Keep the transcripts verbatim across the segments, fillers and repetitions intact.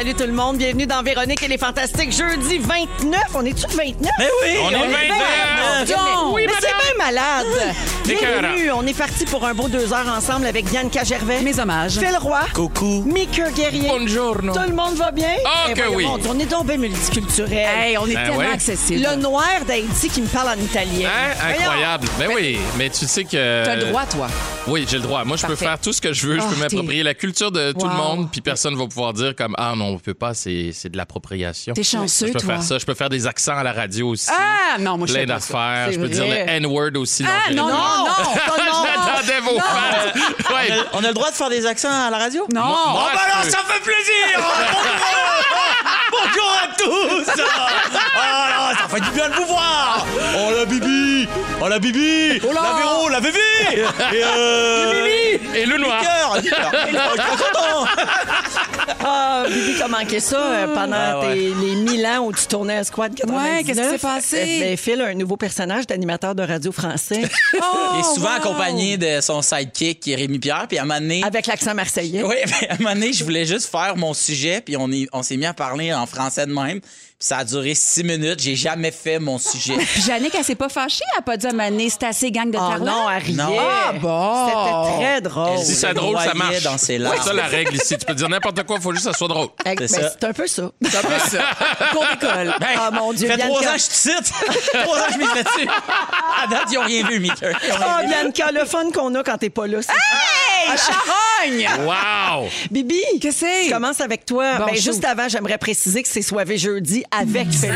Salut tout le monde, bienvenue dans Véronique et les Fantastiques, jeudi vingt-neuf. On est-tu le vingt-neuf? Mais oui! On est On est vingt-neuf! vingt-neuf. Oui, mais madame! c'est bien malade. Bienvenue, on est parti pour un beau deux heures ensemble avec Bianca Gervais. Mes hommages. Phil Roy. Coucou. Mika Guerrier. Buongiorno. Tout le monde va bien? Ah, Eh, que voyons, oui. mon Dieu, on est donc bien multiculturel. Hey, on est Ben tellement ouais. accessible. Le noir d'Haïti qui me parle en italien. Hein? Voyons. Incroyable. Ben oui, mais tu sais que... T'as le droit, toi. Oui, j'ai le droit. Moi, je peux Parfait. faire tout ce que je veux. Je Oh, peux m'approprier t'es- la culture de tout Wow. le monde, puis personne va pouvoir dire comme « Ah non, on peut pas, c'est c'est de l'appropriation. » T'es chanceux, Je peux toi. faire ça. Je peux faire des accents à la radio aussi. Ah, non, moi, je Plein fais pas ça. d'affaires. C'est Je peux dire vrai. le N-word aussi. Ah, j'ai- non, non, non, pas non. J'attendais vos fans. Ouais. On a, on a le droit de faire des accents à la radio? Non. Moi, Oh, ben je alors, peux. ça fait plaisir! Bonjour à tous! Oh là, ça fait du bien de vous voir! Oh la Bibi! Oh la Bibi! Oh là! La Véro, la Vévé! Et euh... Et le noir. Cœur! Le cœur. Je suis très content! Ah, Bibi, t'as manqué ça euh, pendant Ah, ouais. tes- les mille ans où tu tournais à Squad quatre-vingt-dix-neuf. Ouais, qu'est-ce qui s'est passé? Eh ben, Phil a un nouveau personnage d'animateur de radio français Il est souvent wow. accompagné de son sidekick, qui est Rémi Pierre, puis à un moment donné... avec l'accent marseillais. Oui, à un moment donné, je voulais juste faire mon sujet, puis on, est- on s'est mis à parler en français de même. Puis ça a duré six minutes. J'ai jamais fait mon sujet. Puis Jannick, elle s'est pas fâchée. Elle a pas dit à Mané, c'est assez gang de Oh tarlats. non, elle riait. Non. Ah, bon. C'était très drôle. Si c'est drôle, ça noyait marche. dans ses C'est larmes. ça la règle ici. Tu peux dire n'importe quoi, il faut juste que ça soit drôle. Eh, C'est ben, ça. c'est un peu ça. C'est un peu ça. Cours d'école. Ben, Ah, mon Dieu, ça fait Bianca. trois ans que je te cite. Trois ans que je mise là-dessus. À date, ils n'ont rien vu, Mika. Ils ont Ah, rien vu. Bianca, le fun qu'on a quand t'es pas là. c'est- Hey, charogne! Wow! Bibi, Qu'est-ce que c'est? je commence avec toi. Bon, Ben, shoot. juste avant, j'aimerais préciser que c'est Soivé jeudi avec Phil.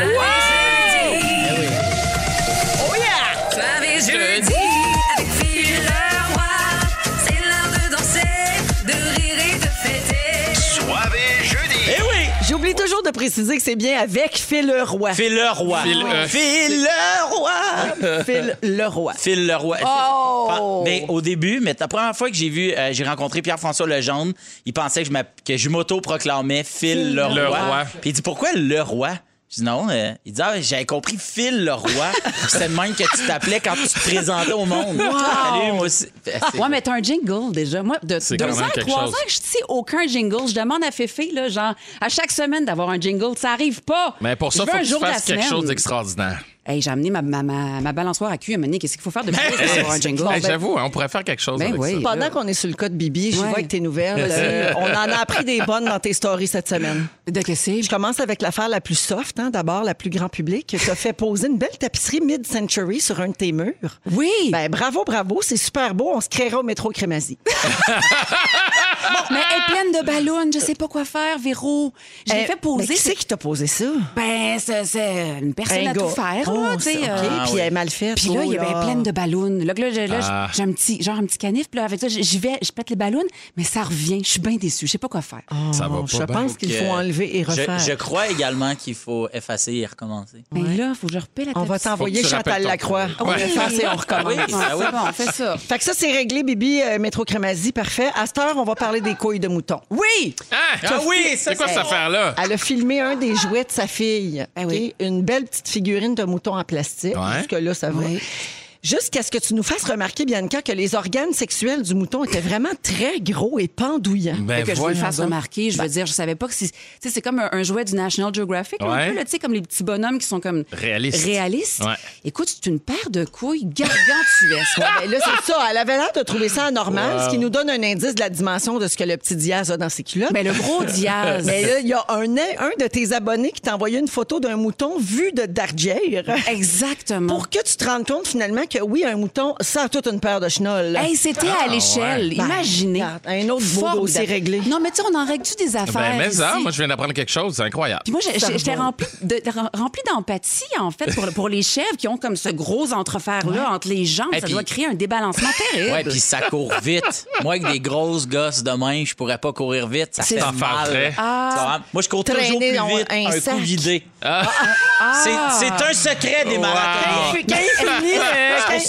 Oh yeah! Soirée jeudi avec Phil Roy. C'est l'heure de danser, de rire et de fêter. Soirée jeudi. Eh oui! J'oublie toujours de préciser que c'est bien avec Phil Leroy. Phil le roi. Phil, euh, Phil le roi. Phil Leroy. Phil le roi. Oh! Mais au début, mais la première fois que j'ai vu, euh, j'ai rencontré Pierre-François Legendre, il pensait que je, m'app- que je m'auto-proclamais Phil le roi. Le roi. Puis il dit, pourquoi le roi? Je dis non. euh, il dit, ah, j'avais compris Phil le roi. C'est le même que tu t'appelais quand tu te présentais au monde. Salut, moi aussi. C'est- Ouais, mais t'as un jingle déjà. Moi, de C'est deux quand même ans, quelque trois chose. ans que je sais aucun jingle. Je demande à Féfé, là, genre, à chaque semaine d'avoir un jingle. Ça arrive pas. Mais pour ça, Je il veux faut un que tu jour de la fasses quelque semaine. chose d'extraordinaire. Hey, j'ai amené ma, ma, ma, ma balançoire à cul à mener. Qu'est-ce qu'il faut faire de plus pour avoir un jingle? Hey, Ben, J'avoue, hein, on pourrait faire quelque chose Ben avec oui. ça. Pendant qu'on est sur le cas de Bibi, je Ouais. vois avec tes nouvelles. euh, on en a appris des bonnes dans tes stories cette semaine. de que c'est? Je commence avec l'affaire la plus soft, hein, d'abord, la plus grand public. Tu as fait poser une belle tapisserie mid-century sur un de tes murs. Oui. Ben, bravo, bravo, c'est super beau. On se créera au métro Crémazie. Mais elle est pleine de ballons. Je sais pas quoi faire, Véro. Je l'ai Euh, fait mais poser. qui c'est qui t'a posé ça? Ben, c'est c'est une personne Un à tout gars. faire, Oh, là, tu sais. c'est- OK, euh, puis elle est mal faite. Puis là, il y oh avait plein de ballons. Là, là, j'ai- là, Ah. j'ai un petit, genre un petit canif. Puis là, avec ça, j'y vais, je pète les ballons, mais ça revient. Je suis bien déçue. Je sais pas quoi faire. Ça va Oh, pas je bien. pense qu'il que- faut enlever et refaire. Je, je crois également qu'il faut effacer et recommencer. Mais là, il faut que je repelle la On va tapisserie. t'envoyer Faut que tu Chantal rappelles ton- Lacroix. On Ouais. va faire et on recommence. Ah oui. Ah, c'est bon, on fait ça. Fait que ça, c'est réglé, Bibi, euh, métro Crémazie, parfait. À cette heure, on va parler des couilles de mouton. Oui! Ah, Ah oui, ça, c'est quoi c'est- cette affaire-là? Elle a filmé un des jouets de sa fille. Ah oui. OK? Une belle petite figurine de mouton en plastique. Ouais. Jusque-là, ça va. Oui. Jusqu'à ce que tu nous fasses remarquer, Bianca, que les organes sexuels du mouton étaient vraiment très gros et pendouillants. Ben, que je vous le voyons fasse donc. remarquer. Je veux dire, je savais pas que si. Tu sais, c'est comme un, un jouet du National Geographic, un Ouais. peu, là, tu sais, comme les petits bonhommes qui sont comme. Réalistes. Réalistes. Ouais. Écoute, c'est une paire de couilles gargantuesques. Ouais, ben là, c'est ça. Elle avait l'air de trouver ça anormal, ce qui nous donne un indice de la dimension de ce que le petit Diaz a dans ses culottes. Mais le gros Diaz. Mais là, il y a un, un de tes abonnés qui t'a envoyé une photo d'un mouton vu de dardière. Exactement. Pour que tu te rendes compte finalement que oui, un mouton, ça a toute une paire de chenolles. Hey, c'était à l'échelle. ouais. Ben, Imaginez. regarde, un autre beau Formidable. dossier réglé. Non, mais tu sais, on en règle-tu des affaires? Ben, mais ça, ici? moi, je viens d'apprendre quelque chose, c'est incroyable. Puis moi, j'ai- Ça j'ai- j'étais va. remplie de- remplie d'empathie, en fait, pour, pour les chèvres qui ont comme ce gros entrefer-là entre les jambes. Et ça puis- doit créer un débalancement terrible. Ouais, puis ça court vite. Moi, avec des grosses gosses de main, je pourrais pas courir vite. Ça C'est- fait T'en faire mal. très. Ah. Tu comprends? Moi, je cours toujours Traîner plus dans vite un un, sac. coup vidé. Ah. C'est c'est un secret des marathons. Quand il finit, euh, C'est quand- pour ça que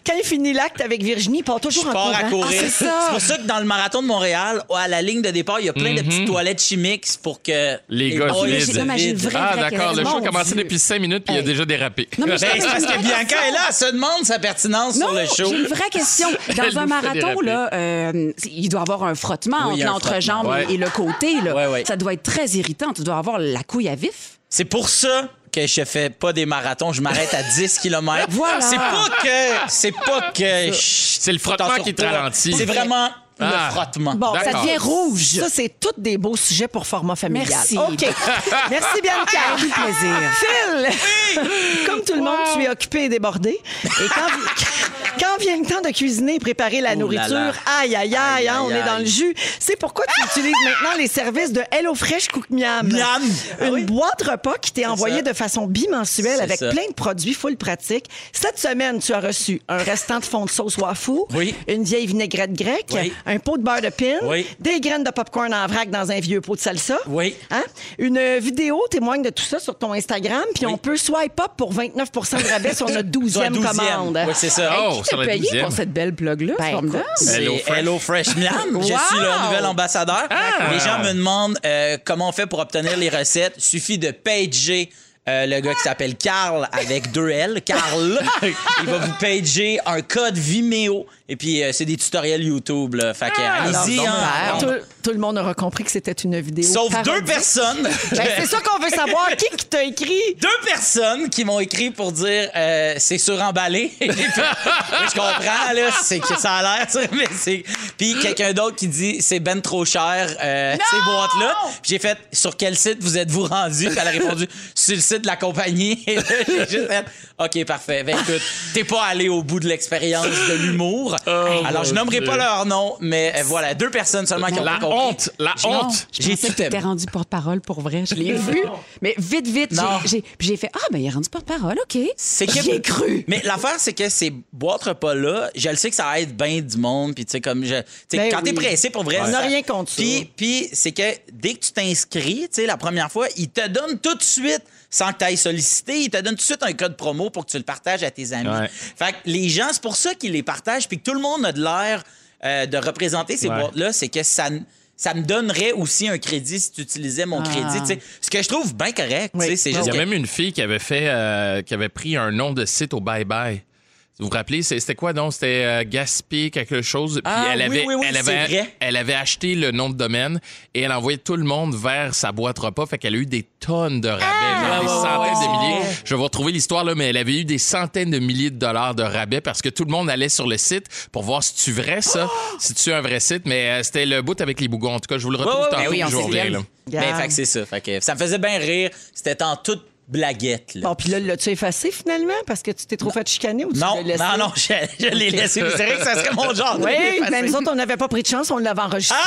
Quand il finit l'acte avec Virginie, il part Je toujours en pars courant. à courir. Ah, c'est ça. C'est pour ça que dans le marathon de Montréal, à la ligne de départ, il y a plein de petites toilettes chimiques pour que Les gars oh, se les- vident. Non, mais j'ai une vraie, Ah, vraie d'accord. Le question. show a Mon commencé Dieu. depuis cinq minutes, puis il a déjà dérapé. Non, mais Ben, c'est parce que Bianca est là, elle se demande sa pertinence Non, sur le show. j'ai une vraie question. Elle Dans un nous fait marathon, déraper. là, euh, il doit y avoir un frottement Oui, il y entre a un l'entrejambe frottement. et, et le côté. Là. Ouais, ouais. Ça doit être très irritant. Tu dois avoir la couille à vif. C'est pour ça que je fais pas des marathons, je m'arrête à dix kilomètres. Voilà. C'est pas que c'est pas que C'est le frottement t'en qui te sors pas. ralentit. C'est vraiment Ah. le frottement. Bon, ça D'accord. devient rouge. Ça, c'est tous des beaux sujets pour format familial. Merci. OK. Merci, Bianca. Avec plaisir. Phil, comme tout le monde, tu es occupé et débordé. Et quand, quand vient le temps de cuisiner et préparer la Oh là nourriture, là. aïe, aïe, aïe, Aïe, hein, on aïe, est dans aïe. le jus. C'est pourquoi tu utilises maintenant les services de HelloFresh Cook Miam. Miam. Une Ah oui. boîte repas qui t'est envoyée ça. de façon bimensuelle C'est avec ça. plein de produits full pratiques. Cette semaine, tu as reçu un restant de fond de sauce wafou, Oui. une vieille vinaigrette grecque, Oui. un pot de beurre de pin, Oui. des graines de popcorn en vrac dans un vieux pot de salsa. Oui. Hein? Une vidéo témoigne de tout ça sur ton Instagram, puis Oui. on peut swipe up pour vingt-neuf pour cent de rabais sur notre Sur la douzième douzième. commande. Oui, c'est ça. Oh, Qui sur t'a la payé douzième. pour cette belle plug-là? Ben, C'est formidable. C'est Hello Fresh. Hello Fresh Miam. Je Wow! suis leur nouvel ambassadeur. Ah! Les gens me demandent euh, comment on fait pour obtenir les recettes. Suffit de pager euh, le gars qui s'appelle Carl avec deux L. Carl. Il va vous pager un code Vimeo. Et puis, euh, c'est des tutoriels YouTube. Là. Fait que, allez-y. Alors, hein. tout, tout le monde aura compris que c'était une vidéo. Sauf parodie. deux personnes. Ben, c'est ça qu'on veut savoir. Qui qui t'a écrit? Deux personnes qui m'ont écrit pour dire euh, c'est suremballé. Et puis, je comprends, là, c'est que ça a l'air, ça, mais c'est. Puis quelqu'un d'autre qui dit c'est ben trop cher, euh, ces boîtes-là. Puis j'ai fait sur quel site vous êtes-vous rendu? Puis elle a répondu sur le site de la compagnie. Et là, j'ai juste fait OK, parfait. Ben écoute, t'es pas allé au bout de l'expérience de l'humour. Alors, je nommerai pas leur nom, mais euh, voilà, deux personnes seulement qui ont La pas compris. honte, la J'ai- honte. Je J'ai pensais tout que t'étais aimé. rendu porte-parole pour vrai. Je l'ai vu. Mais vite, vite, j'ai- Non. j'ai puis j'ai fait ah ben il est rendu porte-parole, ok. C'est que J'y ai cru. Mais l'affaire, c'est que ces boîtes repas-là, je le sais que ça aide bien du monde. Puis, tu sais, comme je. Tu sais, Ben quand t'es oui. pressé, pour vrai. On ça- n'a rien contre ça. Puis, puis c'est que dès que tu t'inscris, tu sais, la première fois, ils te donnent tout de suite, sans que tu ailles solliciter, ils te donnent tout de suite un code promo pour que tu le partages à tes amis. Ouais. Fait que les gens, c'est pour ça qu'ils les partagent. Puis que tout le monde a de l'air euh, de représenter ces Ouais. boîtes-là, c'est que ça. Ça me donnerait aussi un crédit si tu utilisais mon Ah. crédit. tu sais. Ce que je trouve bien correct. tu sais, Oui. C'est Il y juste a que- même une fille qui avait fait, euh, qui avait pris un nom de site au Bye Bye. Vous vous rappelez, c'est- c'était quoi donc? C'était euh, Gaspé quelque chose. Puis Ah, elle oui, avait, oui, oui, elle, c'est avait, vrai. elle avait acheté le nom de domaine et elle envoyait tout le monde vers sa boîte repas. Fait qu'elle a eu des tonnes de rabais, genre des ouais, centaines ouais, de ouais. milliers. Je vais vous retrouver l'histoire là, mais elle avait eu des centaines de milliers de dollars de rabais parce que tout le monde allait sur le site pour voir si tu vrai ça, si tu es un vrai site. Mais euh, c'était le bout avec les bougons. En tout cas, je vous le retrouve Ouais, ouais, tantôt. ben oui, puis on je vous sait reviens, bien. là. Ben, Regarde. fait que c'est ça. Fait que ça me faisait bien rire. C'était en toute blaguette. Là. Bon, puis là, l'as-tu effacé finalement parce que tu t'es trop fait chicaner ou tu non, l'as laissé? non, non, je, je l'ai laissé. C'est vrai que ça serait mon genre. de Oui, l'effacer. mais nous autres, on n'avait pas pris de chance, on l'avait enregistré.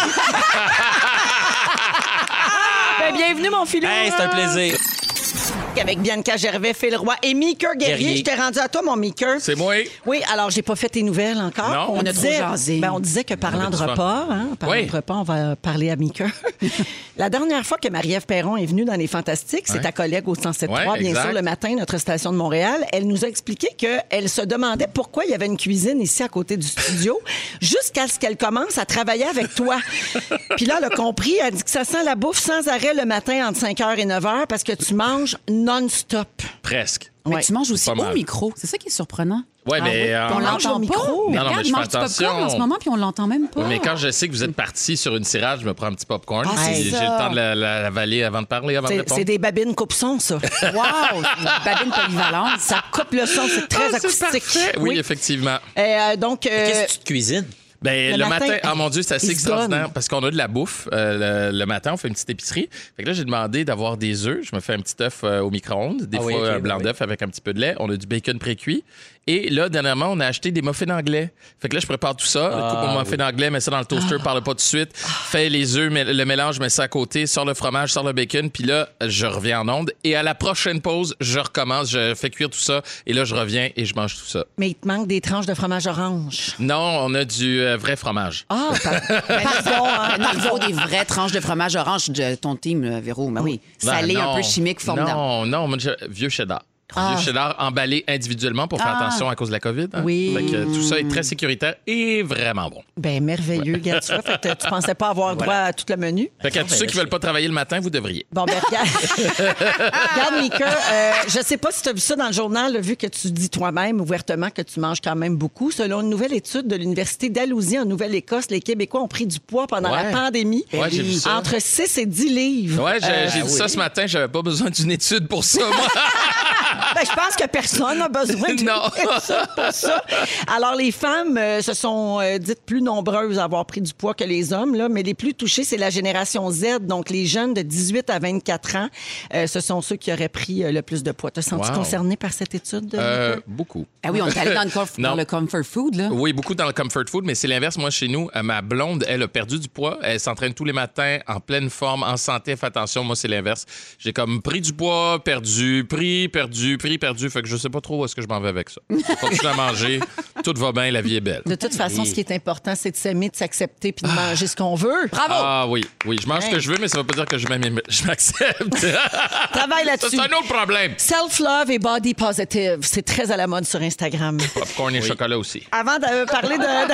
Ben, bienvenue, mon filou. Hey, c'est un plaisir. Avec Bianca Gervais, Phil Roy et Meeker Guerrier. Guerrier. Je t'ai rendu à toi, mon Meeker. C'est moi. Oui, alors, j'ai pas fait tes nouvelles encore. Non. On a trop jasé. Ben, on disait que parlant On de a du fun. repas, hein, parlant Oui. de repas, on va parler à Meeker. La dernière fois que Marie-Ève Perron est venue dans Les Fantastiques, c'est Ouais. ta collègue au cent sept trois, Ouais, bien exact. sûr, le matin, notre station de Montréal. Elle nous a expliqué qu'elle se demandait pourquoi il y avait une cuisine ici à côté du studio, jusqu'à ce qu'elle commence à travailler avec toi. Puis là, elle a compris, elle a dit que ça sent la bouffe sans arrêt le matin entre cinq heures et neuf heures parce que tu manges non-stop. Presque. Mais Ouais. tu manges aussi Pas au mal. micro. C'est ça qui est surprenant. Ouais, Ah mais. oui, euh, puis on On mange l'entend au micro. pas. Mais Non, non, regarde, mais je je mange fais du popcorn en attention. ce moment, puis on l'entend même pas. Mais quand je sais que vous êtes parti sur une cirade, je me prends un petit popcorn. Ah, c'est puis j'ai ça. le temps de la- la- l'avaler avant de parler, avant de C'est répondre. c'est des babines coupe-son, ça. Wow! Babine polyvalente. Ça coupe le son, c'est très Ah, c'est acoustique. parfait. Oui, effectivement. Euh, donc, euh, Qu'est-ce que tu te cuisines? Ben, Le le, matin, matin, ah mon Dieu, c'est assez il se extraordinaire donne. parce qu'on a de la bouffe. Euh, le, le matin, on fait une petite épicerie. Fait que là, j'ai demandé d'avoir des œufs. Je me fais un petit œuf euh, au micro-ondes, des Ah fois oui, ok, un ben blanc oui. d'œuf avec un petit peu de lait. On a du bacon pré-cuit. Et là, dernièrement, on a acheté des muffins anglais. Fait que là, je prépare tout ça. Ah, coupe mon muffin anglais, mets ça dans le toaster, parle pas tout de suite. Fais les œufs, mets le mélange, mets ça à côté, sors le fromage, sors le bacon. Puis là, je reviens en onde. Et à la prochaine pause, je recommence, je fais cuire tout ça. Et là, je reviens et je mange tout ça. mais il te manque des tranches de fromage orange. Non, on a du euh, vrai fromage. Ah, par- pardon. hein, Non, il faut des vraies tranches de fromage orange de ton team, euh, Véro. Ben oui. Ben Salé, un non. peu chimique, formidable. Non, non, moi, je- vieux cheddar. Ah. Vieux cheddar emballé individuellement pour faire Ah. attention à cause de la COVID. hein. Oui. Fait que tout ça est très sécuritaire et vraiment bon. Ben merveilleux, regarde ça. Fait que tu pensais pas avoir droit à tout le menu? Fait qu'à tous ceux qui veulent pas travailler le matin, vous devriez. Bon, ben regarde. Regarde, Mika, euh, je sais pas si tu as vu ça dans le journal, là, vu que tu dis toi-même ouvertement que tu manges quand même beaucoup. Selon une nouvelle étude de l'Université d'Alousie en Nouvelle-Écosse, les Québécois ont pris du poids pendant Ouais. la pandémie. Ouais, j'ai vu ça. Entre six et dix livres. Ouais, j'ai Euh, j'ai dit ça ce matin, j'avais pas besoin d'une étude pour ça, moi. Ben, je pense que personne n'a besoin de Non. ça pour ça. Alors, les femmes euh, se sont euh, dites plus nombreuses à avoir pris du poids que les hommes, là, mais les plus touchés, c'est la génération Z, donc les jeunes de dix-huit à vingt-quatre ans. Euh, ce sont ceux qui auraient pris euh, le plus de poids. Te sens-tu Wow. concerné par cette étude? Euh, Mika? beaucoup. Ah oui, on est allé dans le, comf- Non. dans le comfort food, là. Oui, beaucoup dans le comfort food, mais c'est l'inverse. Moi, chez nous, euh, ma blonde, elle a perdu du poids. Elle s'entraîne tous les matins, en pleine forme, en santé. Fais attention, moi, c'est l'inverse. J'ai comme pris du poids, perdu, pris, perdu, pris, perdu. Fait que je sais pas trop où est-ce que je m'en vais avec ça. Continue à manger. Tout va bien, la vie est belle. De toute façon, ce qui est important, c'est de s'aimer, de s'accepter puis de manger ce qu'on veut. Bravo! Ah oui, oui, je mange ce que je veux, mais ça veut pas dire que je m'aime- je m'accepte. Travaille Ça, là-dessus. c'est un autre problème. Self-love et body positive, c'est très à la mode sur Instagram. Popcorn et chocolat aussi. Avant de parler de, de-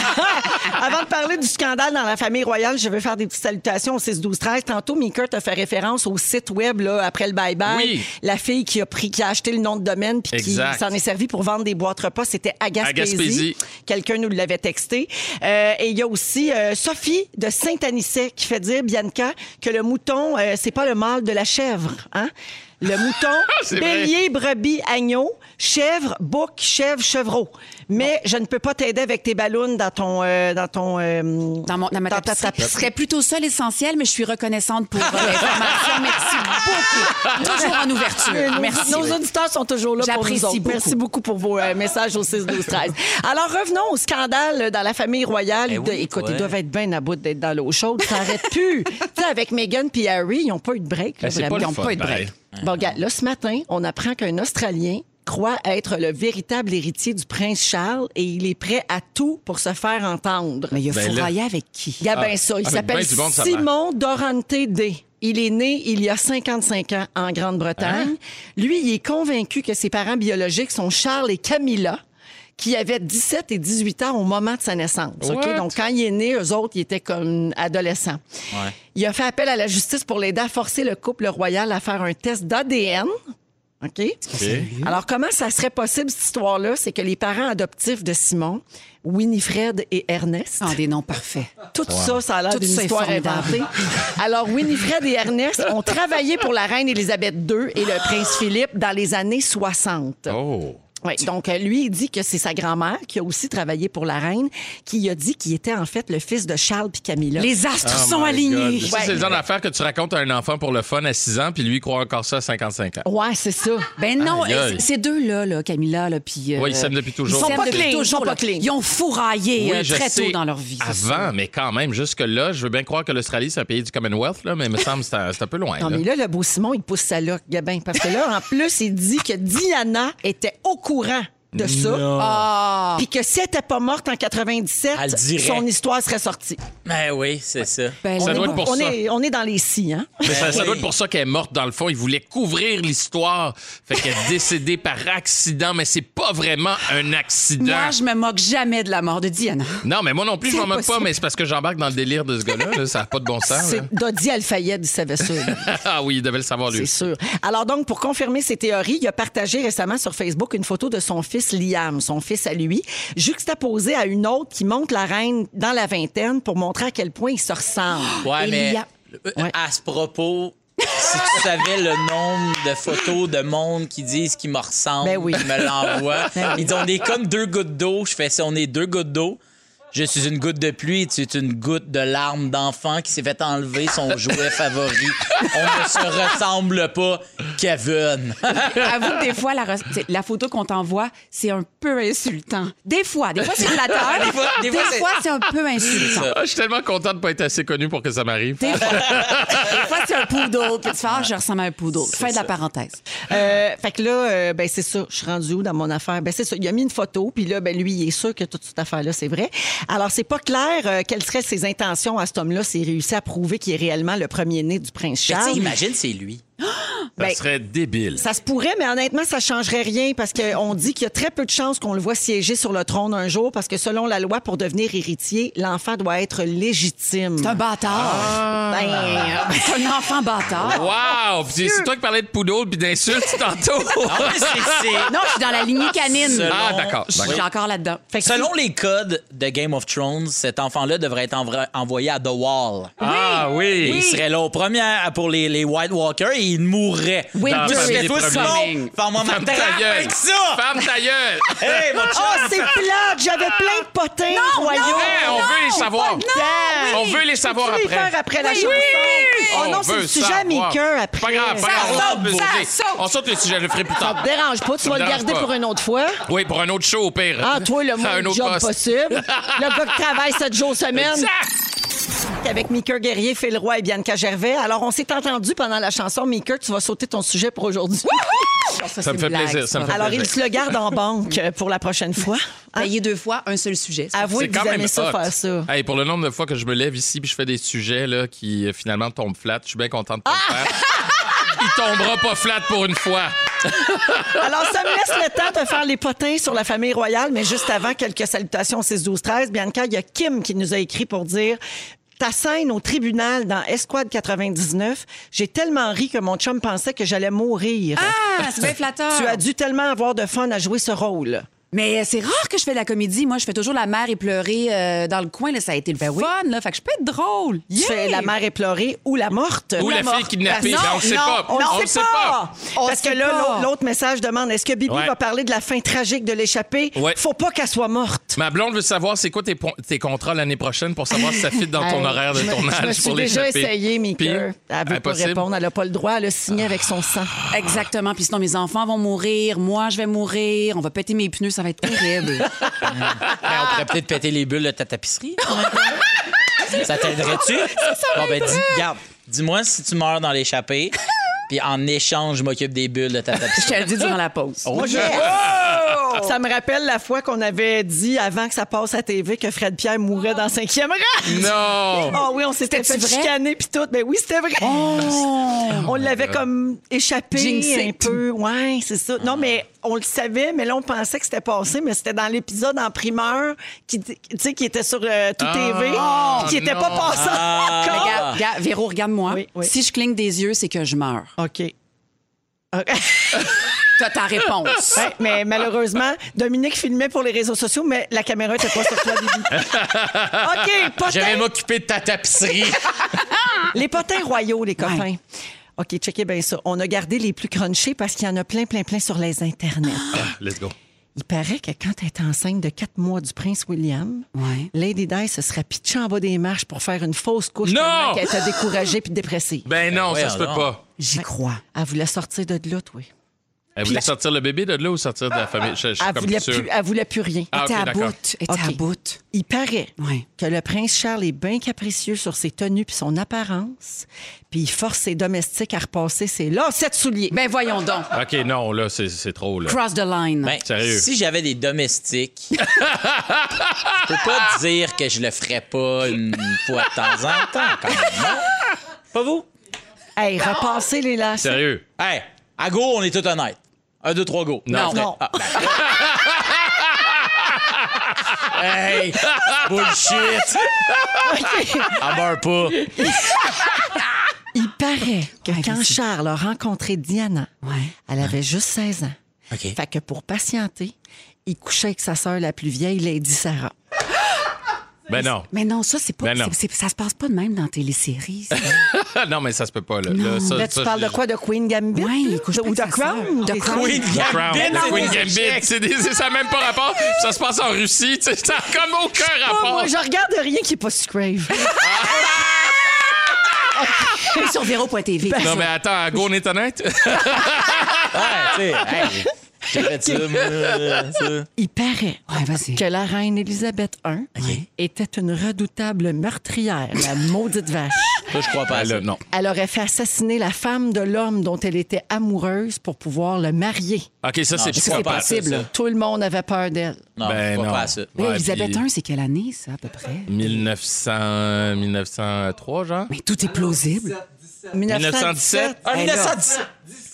Avant de parler du scandale dans la famille royale, je veux faire des petites salutations au six douze treize. Tantôt, Mika t'a fait référence au site web là, après le bye-bye. Oui. La fille qui a pris, qui a acheté le nom de domaine puis qui Exact. s'en est servi pour vendre des boîtes repas, c'était à Gaspésie. À Gaspésie. Quelqu'un nous l'avait texté. Euh, et il y a aussi euh, Sophie de Saint-Anicet qui fait dire, Bianca, que le mouton, euh, c'est pas le mâle de la chèvre. Hein? Le mouton, C'est vrai. bélier, brebis, agneau, chèvre, bouc, chèvre, chevreau. Mais je ne peux pas t'aider avec tes ballons dans ton... euh, dans ton euh, Dans, mon, dans ma Dans ta tapisserie. tapisserie. Ce serait plutôt ça l'essentiel, mais je suis reconnaissante pour euh, l'information. Merci beaucoup. Toujours en ouverture. Nos- Merci. Nos auditeurs sont toujours là pour J'apprécie nous autres. beaucoup. Merci beaucoup pour vos euh, messages au six douze treize. Alors, revenons au scandale dans la famille royale. Eh De- oui, écoute, ouais. ils doivent être bien à bout d'être dans l'eau chaude. Ça n'arrête plus. Tu sais, avec Meghan et Harry, ils n'ont pas eu de break. là, Ben, c'est vraiment. pas Ils le n'ont fun, pas eu de break. pareil. Bon, regarde, là, ce matin, on apprend qu'un Australien croit être le véritable héritier du prince Charles et il est prêt à tout pour se faire entendre. Mais il a Ben là- fourraillé avec qui? Il y a bien Ah, ça. Il avec s'appelle ben du monde, ça Simon Dorante Day. Il est né il y a cinquante-cinq ans en Grande-Bretagne. Hein? Lui, il est convaincu que ses parents biologiques sont Charles et Camilla, qui avaient dix-sept et dix-huit ans au moment de sa naissance. OK? What? Donc, quand il est né, eux autres, ils étaient comme adolescents. Ouais. Il a fait appel à la justice pour l'aider à forcer le couple royal à faire un test d'A D N. OK? Alors, comment ça serait possible, cette histoire-là? C'est que les parents adoptifs de Simon, Winifred et Ernest, Ah, des noms parfaits. tout ça, ça a l'air Tout d'une ça est histoire formidable. inventée. Alors, Winifred et Ernest ont travaillé pour la reine Élisabeth deux et le prince Philippe dans les années soixante. Oh. Oui, donc euh, lui, il dit que c'est sa grand-mère qui a aussi travaillé pour la reine, qui a dit qu'il était en fait le fils de Charles puis Camilla. Les astres Oh sont my alignés. God. Ça, c'est le genre d'affaire que tu racontes à un enfant pour le fun à six ans, puis lui, il croit encore ça à cinquante-cinq ans. Ouais, c'est ça. Ben non, Aïe, aïe. c- ces deux-là, là, Camilla, là, puis... euh, Ouais, ils s'aiment depuis toujours. Ils Ils sont s'aiment pas depuis clean, ils toujours, sont pas là. clean. Ils ont fourraillé euh, je très sais, tôt dans leur vie. c'est Avant, sûr. mais quand même, jusque-là, je veux bien croire que l'Australie, c'est un pays du Commonwealth, là, mais il me semble que c'est un, c'est un peu loin. Non, là. mais là, le beau Simon, il pousse sa loque, Gabin, parce que là, en plus, il dit que Diana était au courant de ça. Ah! Puis que si elle n'était pas morte en Elle quatre-vingt-dix-sept, le dirait. son histoire serait sortie. Ben oui, c'est ça. Ben, On, Ça est, doit être pour on, ça. est, on est dans les si, hein? Mais ça, ça oui. doit être pour ça qu'elle est morte, dans le fond. Il voulait couvrir l'histoire. Fait qu'elle est décédée par accident, mais c'est pas vraiment un accident. Moi, je me moque jamais de la mort de Diana. Non, mais moi non plus, je C'est m'en moque pas, impossible. mais c'est parce que j'embarque dans le délire de ce gars-là. là. Ça n'a pas de bon sens. là. C'est Dodi Al-Fayed, il savait ça. lui. Ah oui, il devait le savoir, lui. C'est sûr. Alors donc, pour confirmer ses théories, il a partagé récemment sur Facebook une photo de son fils Liam, son fils à lui, juxtaposée à une autre qui montre la reine dans la vingtaine pour montrer à quel point ils se ressemblent. Ouais, Et mais Liam- Ouais. à ce propos, si tu savais le nombre de photos de monde qui disent qu'ils me ressemblent, Ben oui. qui me l'envoient, Ben oui. ils disent on est comme deux gouttes d'eau. Je fais ça, on est deux gouttes d'eau. Je suis une goutte de pluie, tu es une goutte de larmes d'enfant qui s'est fait enlever son jouet favori. On ne se ressemble pas, Kevin. Avoue que des fois, la, re- t'sais, la photo qu'on t'envoie, c'est un peu insultant. Des fois. Des fois, c'est flatteur. Des fois- des des fois, c'est- fois, c'est un peu insultant. Ah, je suis tellement content de pas être assez connu pour que ça m'arrive. Des fois, des fois, c'est un poodle. Puis tu fais, ah, je ressemble à un poodle. Fin de la parenthèse. Euh, fait que là, euh, ben c'est ça. Je suis rendue où dans mon affaire? Ben c'est ça. Il a mis une photo, puis là, ben lui, il est sûr que toute cette affaire-là, c'est vrai. Alors, c'est pas clair euh, quelles seraient ses intentions à cet homme-là s'il réussit à prouver qu'il est réellement le premier-né du prince Mais tu sais, Charles. imagine, c'est lui. Ça Ben, serait débile. Ça se pourrait, mais honnêtement, ça changerait rien parce qu'on dit qu'il y a très peu de chances qu'on le voit siéger sur le trône un jour parce que selon la loi, pour devenir héritier, l'enfant doit être légitime. C'est un bâtard. Ben, euh, C'est un enfant bâtard. Wow! Puis c'est- c'est toi qui parlais de poodle puis d'insultes tantôt. Non, mais c'est- c'est- Non, je suis dans la lignée canine. Selon- Ah, d'accord. Je suis encore là-dedans. fait que Selon les codes de Game of Thrones, cet enfant-là devrait être envra- envoyé à The Wall. Ah Et oui! il serait là au premier pour les, les White Walkers et il mourrait. Winter Dans la Parce famille que des toi, premiers. Simon, fais-moi ma Ferme ta trappe gueule! avec ça! Ferme ta gueule! Hey, mon chum! Oh, c'est plate! J'avais plein de potins royaux. Hey, on veut les savoir! Non, On veut les savoir Peux-tu les après. faire après la Oui! chanson? Oh On non, c'est veut le sujet à savoir. Maker après. Pas grave, pas grave. Ça On saute, saute le ça sujet. saute. On saute le sujet, je le ferai plus Ça tard. te dérange pas, tu Ça vas me le dérange garder pas. pour une autre fois. Oui, pour un autre show au pire. Ah, toi, le À moins un de autre job poste. possible. Le gars qui travaille sept jours semaine. Exact. Avec Maker Guerrier, Phil Roy et Bianca Gervais. Alors, on s'est entendu pendant la chanson. Maker, tu vas sauter ton sujet pour aujourd'hui. Ça me fait plaisir. Ça me fait Alors, plaisir. il se le garde en banque pour la prochaine fois. Hein? Payer deux fois, un seul sujet. Avouez C'est que quand vous même aimez ça hot. faire ça. Hey, pour le nombre de fois que je me lève ici puis je fais des sujets là, qui euh, finalement tombent flat, je suis bien content de pas le faire. Il tombera pas flat pour une fois. Alors, ça me laisse le temps de faire les potins sur la famille royale, mais juste avant, quelques salutations au six douze treize. Bianca, il y a Kim qui nous a écrit pour dire... Ta scène au tribunal dans Esquad quatre-vingt-dix-neuf, j'ai tellement ri que mon chum pensait que j'allais mourir. Ah, c'est bien flatteur. Tu as dû tellement avoir de fun à jouer ce rôle. Mais c'est rare que je fais de la comédie. Moi, je fais toujours la mère éplorée euh, dans le coin. Là, ça a été le fun. Là, fait que je peux être drôle. Tu Yeah! fais la mère éplorée ou la morte. Ou la morte. fille kidnappée. Non, Ben, on le sait non, pas. On, On le le sait sait pas. pas. On Parce sait que là, pas. l'autre- l'autre message demande, est-ce que Bibi Ouais. va parler de la fin tragique de l'échappée? Ouais. Faut pas qu'elle soit morte. Ma blonde veut savoir c'est quoi tes, pon- tes contrats l'année prochaine pour savoir si ça fit dans ton Hey, horaire de je me- tournage Je me suis pour déjà l'échapper. essayé, Puis, Mika. Elle veut pas impossible. répondre. Elle n'a pas le droit. Elle a signé avec son sang. Exactement. Puis sinon, mes enfants vont mourir. Moi, je vais mourir. On va péter mes pneus. Ça va être terrible. Ben, on pourrait peut-être péter les bulles de ta tapisserie. en même temps. Ça t'aiderait-tu? Bon, ben, dis, regarde, dis-moi si tu meurs dans l'échappée, puis en échange, je m'occupe des bulles de ta Je tapisserie. te le dis durant la pause. Oh, Yeah. Oh! Ça me rappelle la fois qu'on avait dit, avant que ça passe à T V, que Fred Pierre mourrait dans cinquième rang. Non! Ah oui, on s'était fait C'était-tu vrai? chicaner puis tout. Ben oui, c'était vrai. On l'avait comme échappé Jinxé. un peu. Ouais, c'est ça. Non, mais on le savait, mais là, on pensait que c'était passé, mais c'était dans l'épisode en primeur qui, tu sais, qui était sur euh, Tout Ah, T V, puis qui n'était non. pas passé Ah. encore. Regarde, regarde, Véro, regarde-moi. Oui, oui. Si je cligne des yeux, c'est que je meurs. OK. OK. T'as ta réponse. Ouais, mais malheureusement, Dominique filmait pour les réseaux sociaux, mais la caméra n'était pas sur toi, Bibi. OK, Je vais potins. m'occuper de ta tapisserie. Les potins royaux, les copains. OK, checkez bien ça. On a gardé les plus crunchés parce qu'il y en a plein, plein, plein sur les internets. Let's go. Il paraît que quand elle est enceinte de quatre mois du prince William, Ouais. Lady Di se serait pitchée en bas des marches pour faire une fausse couche Non! tellement qu'elle était découragée puis dépressive. Ben non, voyons ça se peut donc. pas. J'y crois. Elle voulait sortir de là, toi. Elle voulait sortir le bébé de là ou sortir de la famille? Je, je suis Elle comme voulait, sûr. plus, elle voulait plus rien. Ah, Elle était ok, à d'accord. bout. Elle était à OK. bout. Il paraît Ouais. que le prince Charles est bien capricieux sur ses tenues puis son apparence, puis il force ses domestiques à repasser ses lacets de souliers. Ben voyons donc. OK, non, là, c'est c'est trop, là. Cross the line. Ben, Sérieux? si j'avais des domestiques, je peux pas dire que je le ferais pas une fois de temps en temps, quand même. Non? Pas vous? Hey, repasser les lacets. Sérieux? Hey, à go, on est tout honnête. Un, deux, trois, go. Non. Non. Ah, ben. Hey, bullshit. Elle meurt pas. Il paraît que Ouais, quand vas-y. Charles a rencontré Diana, Ouais. elle avait juste seize ans. OK. Fait que pour patienter, il couchait avec sa sœur la plus vieille, Lady Sarah. Ben non. Mais non, ça, c'est pas. Ben non. c'est- c'est- ça se passe pas de même dans téléséries. ça. non, mais ça se peut pas, là. Non. Là, ça, Là, tu ça, parles je- de quoi? De Queen Gambit? Ouais, il couche De- pas Ou avec de sa Crown? sœur. De Des- Crown. Queen The Crown, Gambit, The c'est Queen des Gambit. échecs. C'est des- c'est- ça n'a même pas rapport. Puis ça se passe en Russie. tu sais, Ça n'a comme aucun Oh, rapport. moi, je regarde rien qui est pas Scrave. Sur Véro point T V. Non, mais attends, à go, on est honnête? Ouais, tu sais, hey, j'ai fait ça, moi, ça. Il paraît Ouais, vas-y. que la reine Élisabeth I était une redoutable meurtrière, la maudite vache. Ça, je crois pas à Ben ça. là, non. Elle aurait fait assassiner la femme de l'homme dont elle était amoureuse pour pouvoir le marier. OK, ça, c'est je pas crois pas à ça, Possible. ça. Tout le monde avait peur d'elle. Non, Ben je crois non. pas à ça. Mais Ouais, Elisabeth puis- I, c'est quelle année, ça, à peu près? mille neuf cents, mille neuf cent trois, genre? Mais tout est plausible. mille neuf cent dix-sept? Ah, Hey, mille neuf cent dix-sept.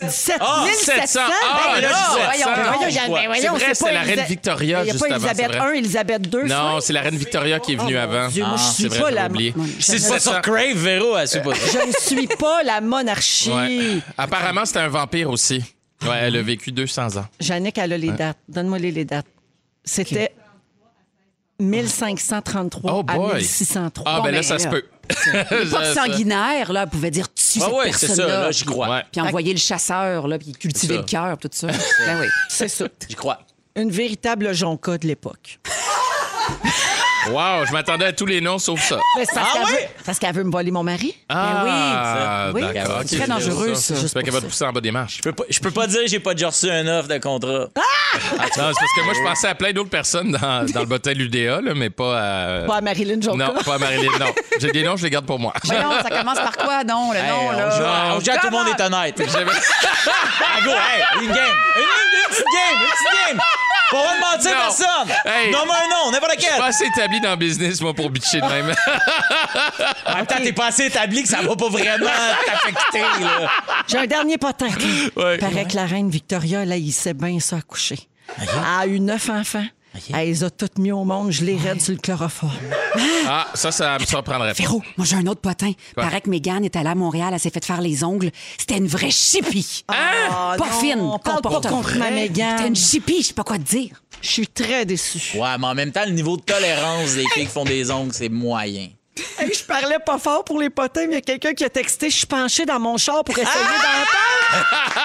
dix-sept Ah, mille sept cents. Ah, Ben là, là, dix-sept voyons, cents. voyons, Non, il y a- je crois. ben voyons, C'est vrai, pas c'est la reine Elisa- Victoria Il n'y a juste pas avant, Elisabeth c'est vrai. un, Elisabeth deux. Non, cinq. c'est la reine Victoria qui est venue Oh, mon avant. Dieu, moi, je Ah, suis c'est vrai, pas j'avais la- oublié. C'est sept pas cents. sur Crave, Véro, elle suit pas ça. Je ne suis pas la monarchie. Ouais. Apparemment, c'était un vampire aussi. Ouais, elle a vécu deux cents ans. Jannick, elle a les dates. Donne-moi les, les dates. C'était mille cinq cent trente-trois Oh à boy. mille six cent trois. Ah, Bon, ben là, ben ça se là. peut. L'époque Ça- sanguinaire, là, elle pouvait dire tu Ah cette ouais, c'est ça, personne-là. là, j'y crois. Ouais. Puis envoyer le chasseur, là, puis cultiver C'est le cœur, tout ça. Ben oui. C'est ça. J'y crois. Une véritable jonca de l'époque. Wow, je m'attendais à tous les noms sauf ça. Mais c'est parce Ah qu'elle ouais? veut- parce qu'elle veut me voler mon mari. Ah, oui. d'accord. Oui, ok, c'est très je dangereux, vois ça. J'espère qu'elle va te pour pousser en bas des marches. Je peux pas, je peux pas dire que j'ai pas déjà reçu un offre de contrat. Non, c'est parce que moi, je pensais à plein d'autres personnes dans, dans le bottin U D A, là, mais pas à... Pas à Marilyn Jonca. Non, pas à Marilyn, non. J'ai des noms, je les garde pour moi. Voyons, ça commence par quoi, non, le Hey, nom, on là? joue, à- on joue à tout le monde est honnête. Ah, go, hey, une game. Une, une- une petite game, une petite game. Pas le droit de mentir Non. personne. Hey. Nomme un nom, n'importe Je suis quel. pas assez établi dans le business, moi, pour bitcher de même. En même temps, t'es pas assez établi que ça va pas vraiment t'affecter, là. J'ai un dernier potin. Ouais. Il paraît que la reine Victoria, là, il sait bien ça accoucher. Elle a eu neuf enfants. Elle les a toutes mis au monde, je les raide sur le chloroforme. Ah, ça, ça me surprendrait pas. Véro, moi j'ai un autre potin. Quoi? Paraît que Mégane est allée à Montréal, elle s'est fait faire les ongles. C'était une vraie chippie. Ah, pas non, fine, parle pas comportement. contre ma Mégane. C'était une chippie, je sais pas quoi te dire. Je suis très déçue. Ouais, mais en même temps, le niveau de tolérance des filles qui font des ongles, c'est moyen. Hey, je parlais pas fort pour les potins, mais il y a quelqu'un qui a texté « Je suis penché dans mon char pour essayer d'entendre. »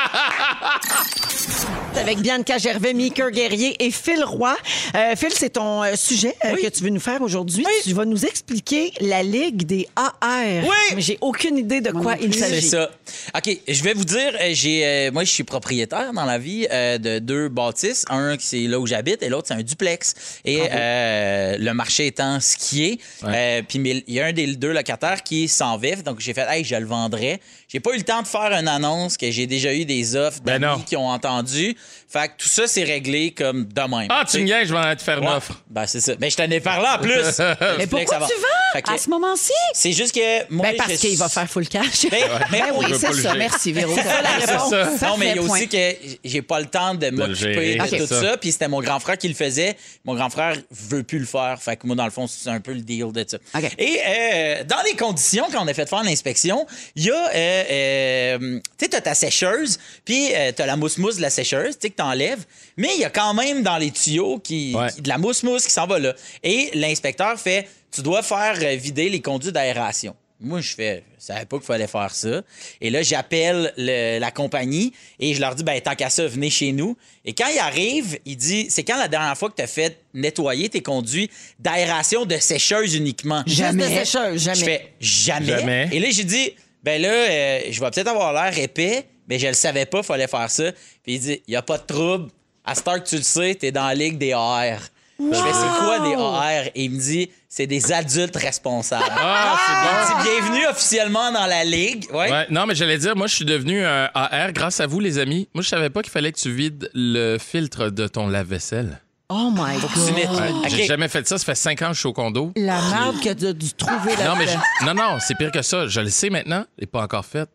Avec Bianca Gervais, Mika Guerrier et Phil Roy. Euh, Phil, c'est ton euh, sujet euh, que tu veux nous faire aujourd'hui. Tu vas nous expliquer la Ligue des A R. Oui! Mais j'ai aucune idée de quoi il C'est s'agit. ça. OK, je vais vous dire, euh, j'ai, euh, moi, je suis propriétaire dans la vie euh, de deux bâtisses. Un, c'est là où j'habite, et l'autre, c'est un duplex. Et euh, le marché étant skié, euh, puis mais il y a un des deux locataires qui s'en va. Donc, j'ai fait, hey, je le vendrais. J'ai pas eu le temps de faire une annonce, que j'ai déjà eu des offres Ben d'amis non. qui ont entendu. Fait que tout ça, c'est réglé comme de même. Ah, tu me gagnes, je vais en te faire une Ouais. offre. Ben, c'est ça. Mais je t'en ai parlé en plus. Mais Je voulais pourquoi que ça va. tu vends? Fait que À ce moment-ci? c'est juste que moi, Ben, parce je- qu'il va faire full cash. Ben, ben Ben oui, oui, veut c'est pas le ça. juger. Merci, Véro. C'est ça la C'est réponse. ça. Non, mais il y a Parfait, aussi que j'ai pas le temps de le gérer, m'occuper de c'est tout ça. ça. Puis c'était mon grand frère qui le faisait. Mon grand frère veut plus le faire. Fait que moi, dans le fond, c'est un peu le deal de ça. OK. Et euh, dans les conditions, quand on a fait faire l'inspection, il y a, euh, euh, tu sais, t'as ta sécheuse, puis euh, t'as la mousse-mousse de la sécheuse, tu sais, que t'enlèves. Mais il y a quand même dans les tuyaux qui, Ouais. qui- de la mousse-mousse qui s'en va là. Et l'inspecteur fait, tu dois faire euh, vider les conduits d'aération. Moi, je fais, je savais pas qu'il fallait faire ça. Et là, j'appelle le- la compagnie et je leur dis, ben tant qu'à ça, venez chez nous. Et quand il arrive, il dit, c'est quand la dernière fois que tu as fait nettoyer tes conduits d'aération de sécheuse uniquement? Juste de sécheuse, jamais. Je fais, jamais. Jamais. Et là, j'ai dit, ben là, euh, je vais peut-être avoir l'air épais, mais je le savais pas, fallait faire ça. Puis il dit, il y a pas de trouble. À cette heure que tu le sais, t'es dans la ligue des A R. Je fais, c'est quoi des A R? Et il me dit, c'est des adultes responsables. Ah, c'est bon. Il dit, bienvenue officiellement dans la ligue. Ouais. Ouais, non, mais j'allais dire, moi, je suis devenu un A R grâce à vous, les amis. Moi, je savais pas qu'il fallait que tu vides le filtre de ton lave-vaisselle. Oh my Tu mets- God. OK. J'ai jamais fait ça. Ça fait cinq ans que je suis au condo. La merde que tu as dû trouver là Non, mais je- non, non, c'est pire que ça. Je le sais maintenant. Il n'est pas encore fait.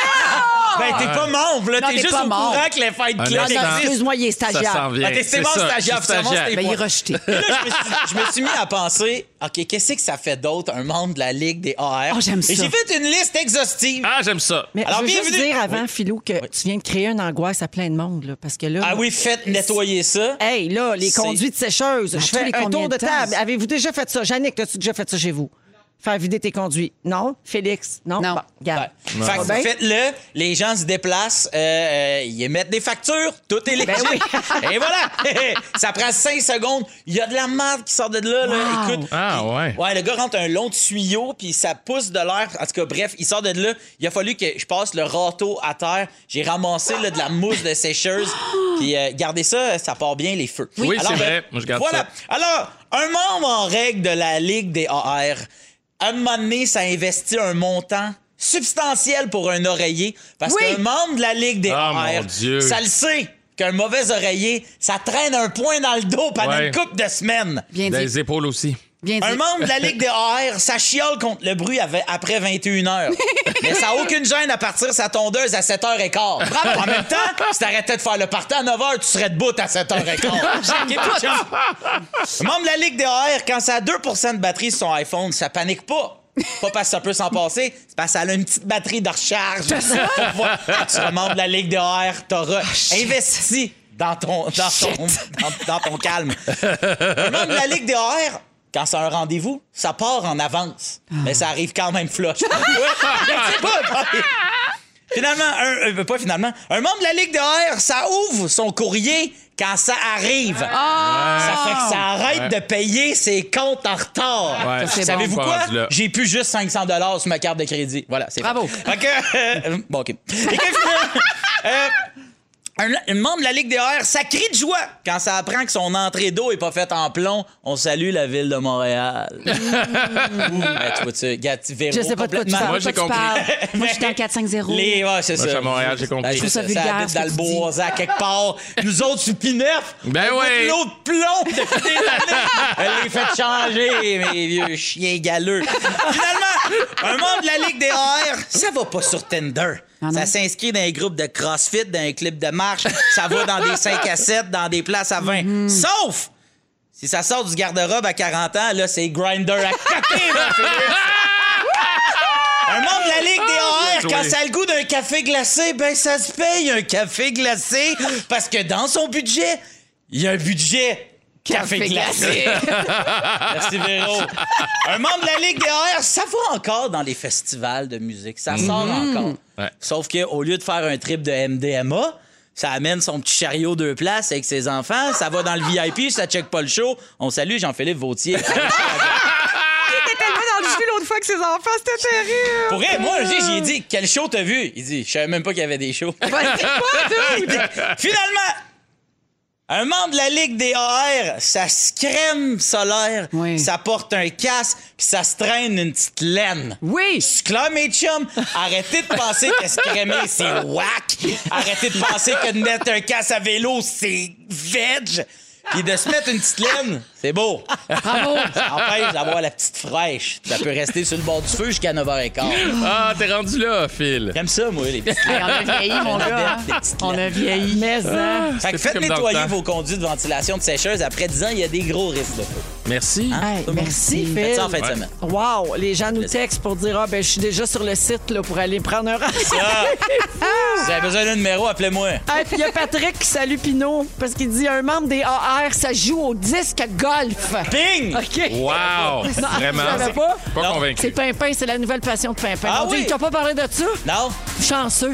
Ben, t'es pas membre, là. Non, T'es t'es juste pas au membre. courant que les Fight Un Club instant. existent. Excuse-moi, il est Ça stagiaire. s'en vient. Ah, t'es C'est bon ça, stagiaire, je suis officiellement, stagiaire. c'était Ben, il est pas- rejeté. Et là, je me, suis, je me suis mis à penser, OK, qu'est-ce que ça fait d'autre, un membre de la Ligue des A R? Oh, j'aime Et ça. j'ai fait une liste exhaustive. Ah, j'aime ça. Mais Alors, je veux juste bienvenue. dire avant, Philou, que tu viens de créer une angoisse à plein de monde. Là, parce que là, Ah oui, faites nettoyer ça. hey, là, les C'est- conduits de sécheuse. Je tous fais les un combien tour de de temps? table. Avez-vous déjà fait ça? Jannick, as-tu déjà fait ça chez vous? Faire vider tes conduits? Non? Félix? Non? Non. Bon, regarde. Ouais. Fait que Ça va vous bien? faites-le, les gens se déplacent, euh, euh, ils émettent des factures, tout est léger. Ben oui. Et voilà! Ça prend cinq secondes. Il y a de la merde qui sort de là. là. Wow. Écoute. Ah, puis- ouais. Ouais, le gars rentre un long tuyau, puis ça pousse de l'air. En tout cas, bref, il sort de là. Il a fallu que je passe le râteau à terre. J'ai ramassé là, de la mousse de sécheuse. Puis euh, gardez ça, ça part bien les feux. Oui, Alors, c'est ben, vrai. Moi, je garde voilà. ça. Alors, un membre en règle de la Ligue des A R, à un moment donné, ça investit un montant substantiel pour un oreiller. Parce Oui. qu'un membre de la Ligue des Ah, A R, mon Dieu. ça le sait qu'un mauvais oreiller, ça traîne un point dans le dos pendant Ouais. une couple de semaines. Bien dit. Des épaules aussi. Bien dit. Un membre de la Ligue des A R, ça chiale contre le bruit avec- après vingt et une heures. Mais ça n'a aucune gêne à partir sa tondeuse à sept heures quinze. Bravo! En même temps, si t'arrêtais de faire le party à neuf heures, tu serais debout à sept heures quinze. OK, mon chum? Un membre de la Ligue des A R, quand ça a deux pour cent de batterie sur son iPhone, ça panique pas. Pas parce que ça peut s'en passer, c'est parce qu'elle a une petite batterie de recharge. Quand tu seras membre de la Ligue des A R, t'auras investi dans ton, dans, ton, dans, dans ton calme. Un membre de la Ligue des A R, quand c'est un rendez-vous, ça part en avance. Mais ça arrive quand même flush. Ouais, je sais pas. Finalement, un, euh, pas finalement, un membre de la Ligue de A R, ça ouvre son courrier quand ça arrive. Ça fait que ça arrête de payer ses comptes en retard. Ouais. c'est Savez-vous bon. quoi? Pas rendu là. J'ai plus juste cinq cents dollars sur ma carte de crédit. Voilà, c'est Bravo. fait. Fait que, euh, bon, OK. Et que, finalement, euh, un, un membre de la Ligue des A R, ça crie de joie quand ça apprend que son entrée d'eau est pas faite en plomb. On salue la ville de Montréal. Ouh, ben, tu vois-tu, gars, tu verras Je sais pas de quoi tu complètement- parles. Moi, j'ai Pas de quoi tu compris. parles. Moi, je suis dans le quatre cinq zéro. Les, ouais, c'est Moi, ça. je suis à Montréal, j'ai compris. Ben, Je trouve ça ça vulgaire, habite ce dans que le tu dis. Bois, quelque part. Nous autres, sur Pinef. Ben on ouais. boit de l'eau de plomb depuis des années. Elle les fait changer, mes vieux chiens galeux. Finalement, un membre de la Ligue des A R, ça va pas sur Tinder. Ah non? Ça s'inscrit dans un groupe de CrossFit, dans un clip de marche. Ça va dans des cinq à sept, dans des places à vingt. Mm-hmm. Sauf si ça sort du garde-robe à quarante ans, là, c'est Grindr à côté, mon Félix. Un membre de la Ligue des A R, quand Oui. ça a le goût d'un café glacé, ben ça se paye un café glacé parce que dans son budget, il y a un budget café, Café glacé. Merci Véro. Un membre de la Ligue des A R, ça va encore dans les festivals de musique. Ça sort encore. Ouais. Sauf qu'au lieu de faire un trip de M D M A, ça amène son petit chariot deux places avec ses enfants. Ça va dans le V I P, ça check pas le show. On salue Jean-Philippe Vautier. T'étais tellement dans le jus l'autre fois que ses enfants, c'était terrible. Pour vrai, moi, j'ai j'ai dit, quel show t'as vu? Il dit, je savais même pas qu'il y avait des shows. Finalement, un membre de la Ligue des A R, ça se crème solaire, Oui. ça porte un casque, puis ça se traîne une petite laine. Oui. C'est clair, mes chums, arrêtez de penser que se crémer, c'est whack. Arrêtez de penser que de mettre un casque à vélo, c'est veg. Puis de se mettre une petite laine, c'est beau. Bravo. Ça empêche d'avoir la petite fraîche. Ça peut rester sur le bord du feu jusqu'à neuf heures quinze. Ah, t'es rendu là, Phil. J'aime ça, moi, les petites Hey, on a vieilli, mon gars. Des petites On a laines. vieilli. Mais, hein. Fait que C'est faites comme dans le nettoyer temps. vos conduits de ventilation de sécheuse. Après dix ans, il y a des gros risques de feu. Merci. Hey, Tout le monde merci, dit. Faites Phil. ça en fin de Ouais. semaine. Wow, les gens nous textent pour dire ah ben je suis déjà sur le site là, pour aller prendre un rendez-vous. Ah, si vous avez besoin d'un numéro, appelez-moi. Ah, puis il y a Patrick qui salue Pinot parce qu'il dit un membre des A R, ça joue au disque golf. Ping! OK. Wow! Non, Vraiment? tu savais pas? Pas Non. convaincu. C'est Pimpin, c'est la nouvelle passion de Pimpin. Ah Mon Dieu, oui? il t'a pas parlé de ça? Non? Chanceux.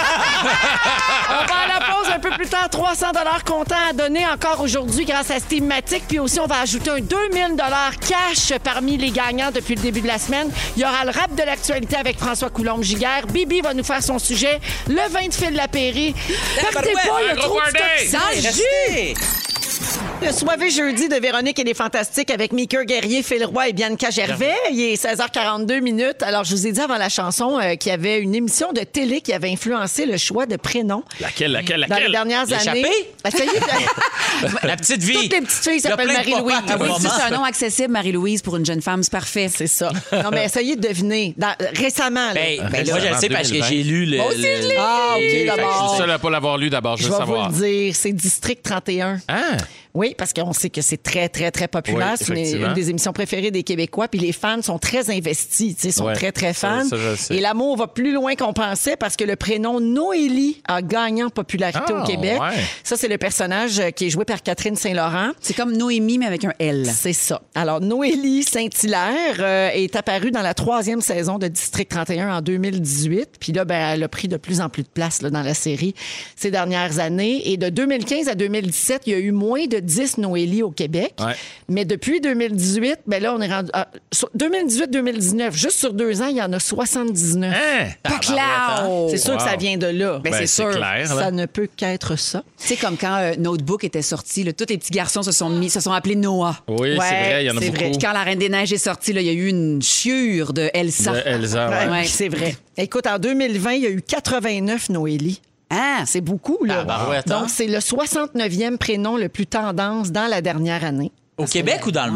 On va à la pause un peu plus tard. trois cents dollars comptant à donner encore aujourd'hui grâce à Steamatic. Puis aussi, on va ajouter un deux mille dollars cash parmi les gagnants depuis le début de la semaine. Il y aura le rap de l'actualité avec François Coulombe-Giguère. Bibi va nous faire son sujet. Le vin de Phil Lapéry. Partez ouais, pas, il y a un gros trop de party. stock sans Hey, jus. restez! Le soivé jeudi de Véronique et les Fantastiques avec Mika Guerrier, Phil Roy et Bianca Gervais. Il est seize heures quarante-deux minutes. Alors, je vous ai dit avant la chanson euh, qu'il y avait une émission de télé qui avait influencé le choix de prénoms Laquelle, laquelle, dans les laquelle? dernières L'échappée? années. Ben, ça y est, La petite vie. toutes les petites filles Il y a s'appellent plein de Marie-Louise. papas à Ah oui, un ça, moment. c'est un nom accessible, Marie-Louise, pour une jeune femme, c'est parfait. c'est ça. Non, mais essayez de deviner. Dans- récemment, là. Ben, ben, là, moi, je le en sais parce que deux mille vingt. j'ai lu le. Moi aussi, le- je l'ai. Ah, OK, Fait que Je d'abord. suis seul à pas l'avoir lu d'abord, je Je veux vais savoir. vous le dire, c'est District trente et un. Ah! Oui, parce qu'on sait que c'est très, très, très populaire. Oui, c'est une, effectivement. une des émissions préférées des Québécois. Puis les fans sont très investis, tu sais, sont Ouais, très, très ça- fans. ça, je le sais. Et l'amour va plus loin qu'on pensait parce que le prénom Noélie a gagné en popularité Ah, au Québec. ouais. Ça, c'est le personnage euh, qui est joué par Catherine Saint-Laurent. C'est comme Noémie, mais avec un L. C'est ça. Alors, Noélie Saint-Hilaire euh, est apparue dans la troisième saison de District trente et un en deux mille dix-huit. Puis là, ben, elle a pris de plus en plus de place là, dans la série ces dernières années. Et de deux mille quinze à deux mille dix-sept, il y a eu moins de dix Noélie au Québec. Ouais. Mais depuis deux mille dix-huit, ben là, on est rendu... à- sur deux mille dix-huit deux mille dix-neuf, juste sur deux ans, il y en a soixante-dix-neuf. Hein? Pas clair. C'est sûr Wow. que ça vient de là. Ben, Ben, c'est c'est sûr. clair, là. Ça ne peut qu'être ça. C'est comme quand euh, Notebook était sorti, là, tous les petits garçons se sont mis, se sont appelés Noah. Oui, Ouais, c'est vrai, il y en a c'est beaucoup. vrai. Puis quand La Reine des Neiges est sortie, là, il y a eu une chiure de Elsa. De Elsa, ouais. Ouais, Ouais. C'est vrai. Écoute, en deux mille vingt, il y a eu quatre-vingt-neuf Noélie. Ah, C'est beaucoup, là. Ah, barouette, hein? Donc, c'est le soixante-neuvième prénom le plus tendance dans la dernière année. Au Québec ou dans le monde?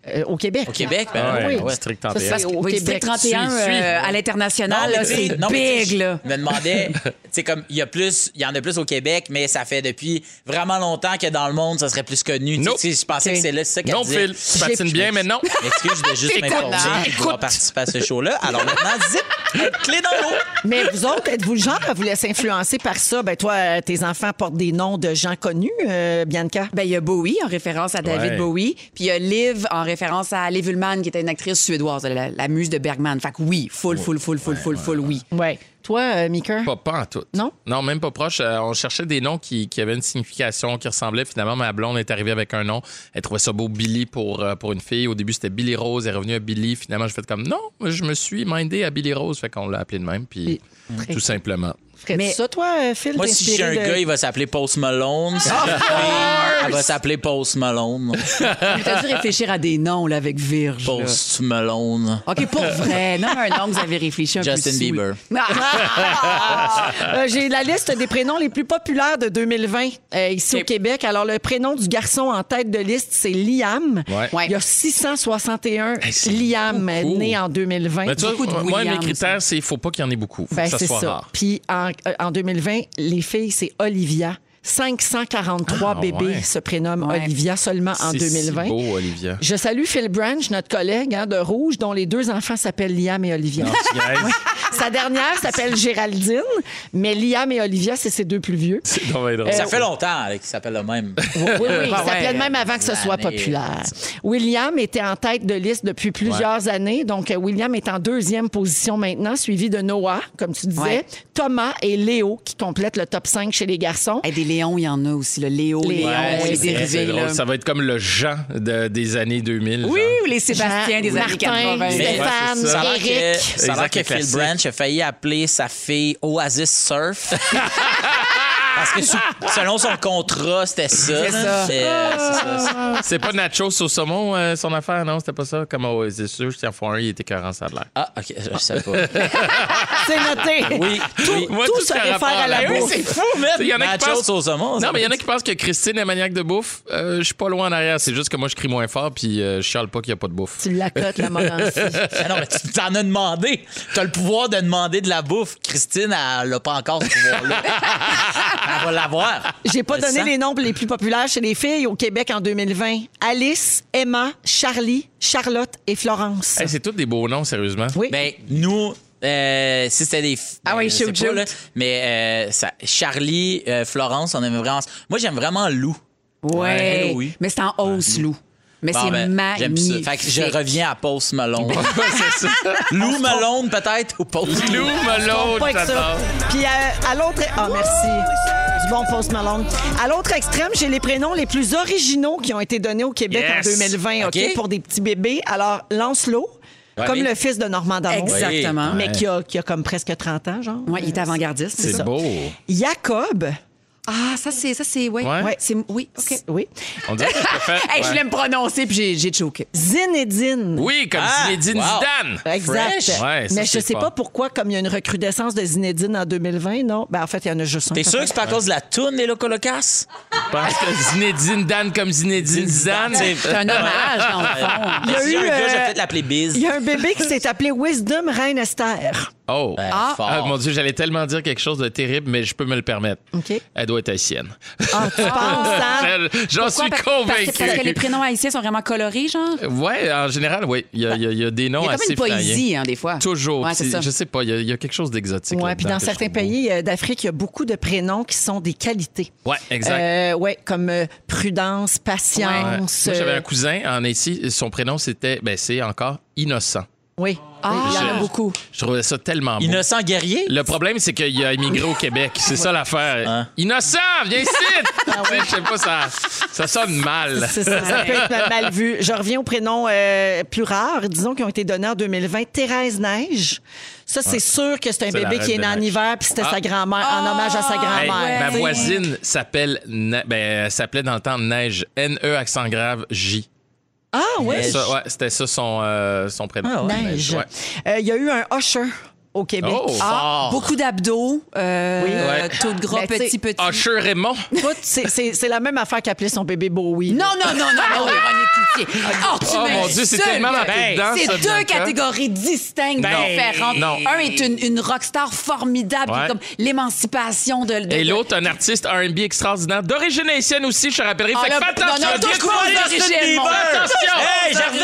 Euh, au Québec. Au Québec, ben Ah ouais, oui. District Ça, trente et un. c'est au Oui, Québec. District trente et un Suis, suis. euh, à l'international, mais là, tu sais- c'est non, mais tu sais, big, là. Je me demandais, tu sais, comme il y a plus, il y en a plus au Québec, mais ça fait depuis vraiment longtemps que dans le monde, ça serait plus connu. Tu sais, Nope. tu sais, je pensais que c'est là, c'est ça qu'elle Non, disait. Phil, tu patines bien, mais non. Excuse, je vais juste Écoute, m'informer écoute. pour pouvoir participer à ce show-là. Alors maintenant, zip, clé dans l'eau. Mais vous autres, êtes-vous le genre à vous laisser influencer par ça? Ben toi, euh, tes enfants portent des noms de gens connus, euh, Bianca? Ben, il y a Bowie en référence à David Ouais. Bowie, puis il y a Liv en référence à Liv Ullmann, qui était une actrice suédoise, la, la muse de Bergman. Fait que oui, full, full, full, full, full, full, oui. Ouais. Toi, euh, Mika? Pas, pas en tout. Non? Non, même pas proche. Euh, on cherchait des noms qui, qui avaient une signification, qui ressemblaient. Finalement, ma blonde est arrivée avec un nom. Elle trouvait ça beau, Billy, pour, euh, pour une fille. Au début, c'était Billy Rose. Elle est revenue à Billy. Finalement, je fais comme non, je me suis mindé à Billy Rose. Fait qu'on l'a appelé de même. Puis Très tout simplement. Ferais-tu Mais- ça, toi, euh, Phil? Moi, si j'ai un t'inspirer de- gars, il va s'appeler Post Malone. Si j'ai une fille, elle va s'appeler Post Malone. Mais t'as dû réfléchir à des noms, là, avec Virge. là. Post Malone. OK, pour vrai. Non, un nom que vous avez réfléchi un Justin peu. Bieber. Euh, J'ai la liste des prénoms les plus populaires de deux mille vingt euh, ici Ok. au Québec. Alors, le prénom du garçon en tête de liste, c'est Liam. Ouais. Ouais. Il y a six cent soixante et un Hey, c'est Liam euh, beaucoup. nés en deux mille vingt. Mais tu vois, Beaucoup de moi, mes Williams critères, c'est qu'il faut pas qu'il y en ait beaucoup. Faut Ben, que ça c'est soit ça. rare. Puis en, euh, en deux mille vingt, les filles, c'est Olivia. cinq cent quarante-trois Ah, bébés ouais. se prénomment Ouais. Olivia seulement en C'est deux mille vingt. si beau, Olivia. Je salue Phil Branch, notre collègue hein, de Rouge, dont les deux enfants s'appellent Liam et Olivia. Non, tu niaises. Sa dernière s'appelle Géraldine, mais Liam et Olivia, c'est ses deux plus vieux. C'est donc bien drôle. Ça fait longtemps là, qu'il s'appelle le même. Oui, oui, il Ah ouais. s'appelait de même avant que ce soit L'année. populaire. William était en tête de liste depuis plusieurs années. Donc, euh, William est en deuxième position maintenant, suivi de Noah, comme tu disais, Ouais. Thomas et Léo, qui complètent le top cinq chez les garçons. Hey, des Léons, il y en a aussi. Le Léo, Les- Léon, Ouais, les c'est- dérivés. C'est drôle. Là. Ça va être comme le Jean de- des années deux mille. Oui, genre. ou les Sébastien Jean, des années Martin, quatre-vingts. Stéphane, Ouais, c'est ça. Ça a l'air Eric. que, ça a l'air Exact, que le Phil classique. Branch a failli appeler sa fille Oasis Surf. Parce que sous- selon son contrat, c'était ça. C'est là. ça. C'est, euh, c'est ça. C'est pas nachos au saumon, euh, son affaire, non? C'était pas ça? Comme oh, c'est sûr, si en font un, il était quarante, ça a l'air. Ah, OK, je sais pas. C'est noté. Oui, oui. Moi, Tout ce se qui a réfère rapport à la bouffe. bouffe. C'est fou, man! Il y en a qui Nachos pensent- au saumon. Non, mais il y en a qui pensent que Christine est maniaque de bouffe. Euh, je suis pas loin en arrière. C'est juste que moi, je crie moins fort puis euh, je chiale pas qu'il y a pas de bouffe. Tu l'accotes, la Morancy. Ah non, mais tu t'en as demandé. Tu as le pouvoir de demander de la bouffe. Christine, elle n'a pas encore ce pouvoir-là. Elle va l'avoir. J'ai pas Je donné sens. les noms les plus populaires chez les filles au Québec en deux mille vingt. Alice, Emma, Charlie, Charlotte et Florence. Hey, c'est tous des beaux noms, sérieusement. Oui. Ben, nous, euh, si c'était des. f- Ah ben, oui, je sais shoot, pas, là, shoot. mais euh, ça, Charlie, euh, Florence, on aimait vraiment. Moi, j'aime vraiment Lou. Ouais. oui. Mais c'est en hausse, Lou. Mais Bon, c'est ben, J'aime magnifique. ça. Fait que je reviens à Post Malone. c'est ça. Lou Malone, peut-être, ou Post Lou Malone, Pas avec ça. j'adore. Puis euh, à l'autre... Ah, merci. Du bon Post Malone. À l'autre extrême, j'ai les prénoms les plus originaux qui ont été donnés au Québec Yes. en deux mille vingt, OK, OK. pour des petits bébés. Alors, Lancelot, Ouais. comme le fils de Normand D'Amour. Exactement. Oui. Mais qui a, qui a comme presque trente ans, genre. Ouais, il est avant-gardiste. C'est ça. beau. Jacob. Ah, ça, c'est. Ça, c'est ouais. Ouais. Ouais, c'est, oui, OK. Oui. On dirait que je préfère. Hey, je ouais. voulais me prononcer, puis j'ai, j'ai choqué. Zinedine. Oui, comme Ah, Zinedine wow. Zidane. Exact. Fresh. Ouais, ça, Mais je c'est sais fort. pas pourquoi, comme il y a une recrudescence de Zinedine en deux mille vingt, non? Ben, en fait, il y en a juste un. T'es sûr que c'est pas à cause de la toune, les Locolocasse? Je pense que Zinedine Dan comme Zinedine Zidane. C'est un hommage, dans le fond. Il y a Si eu, j'ai un gars, je vais euh, peut-être l'appeler Biz. Il y a un bébé qui s'est appelé Wisdom Reine Esther. Oh. Ouais, Ah. fort. Ah, mon Dieu, j'allais tellement dire quelque chose de terrible, mais je peux me le permettre. OK. Elle doit être haïtienne. Ah, tu penses, hein? J'en Pourquoi? suis Parce- convaincu. Parce que, parce que les prénoms haïtiens sont vraiment colorés, genre? Ouais, en général, oui. Il y a, il y a- il y a des noms Il y a comme assez une poésie, flyés. hein, des fois. Toujours. Ouais, c'est Puis ça. Je sais pas, il y a, il y a quelque chose d'exotique. Oui, puis là-dedans dans que je certains trouve beau. pays euh, d'Afrique, il y a beaucoup de prénoms qui sont des qualités. Ouais, exact. Euh, ouais, comme euh, prudence, Ouais. patience. Moi, j'avais euh, un cousin en Haïti. Son prénom, c'était, ben, c'est encore Innocent. Oui. Ah, Oui, il y en a je- beaucoup. Je trouvais ça tellement beau. Innocent guerrier? Le problème, c'est qu'il a immigré au Québec. C'est ça l'affaire. Hein? Innocent, viens ici! Tu sais, je sais pas, ça, ça sonne mal. C'est ça, ça peut être mal vu. Je reviens aux prénoms euh, plus rares, disons, qui ont été donnés en deux mille vingt. Thérèse Neige. Ça, c'est sûr que c'est un C'est la bébé qui est reine né de en neige. hiver, puis c'était Ah. sa grand-mère, en hommage à sa Hey, grand-mère. ma Tu sais. voisine s'appelle, Ne- ben, elle s'appelait dans le temps Neige. N-E accent grave J. Ah, oui. Neige. Ça, ouais, c'était ça son, euh, son prénom. Ah ouais. Neige. Ouais. Euh, Il y a eu un usher au Québec. Oh, Ah, fort. beaucoup d'abdos, euh, Oui. Ouais. taux de gras Ben, tu sais, petit, petit. Usher Raymond. Écoute, c'est- c'est c'est la même affaire qu'appeler son bébé Bowie. Non, non, non, non, non, Véronique Cloutier. Oh, tu Oh mon Dieu, c'est m'insultes. tellement la Ben, dedans, C'est ça, deux Bianca. catégories distinctes, Ben, différentes. non. Un est une, une rockstar formidable, Ouais. puis comme l'émancipation de, de- Et de- l'autre, un artiste R and B extraordinaire, d'origine haïtienne aussi, je te rappellerai. Ah, Fait que là, fais attention. non, non, Bien touche pas courageux, aux Justin origines, Bieber. mon gars. Attention. Hey, Gervais!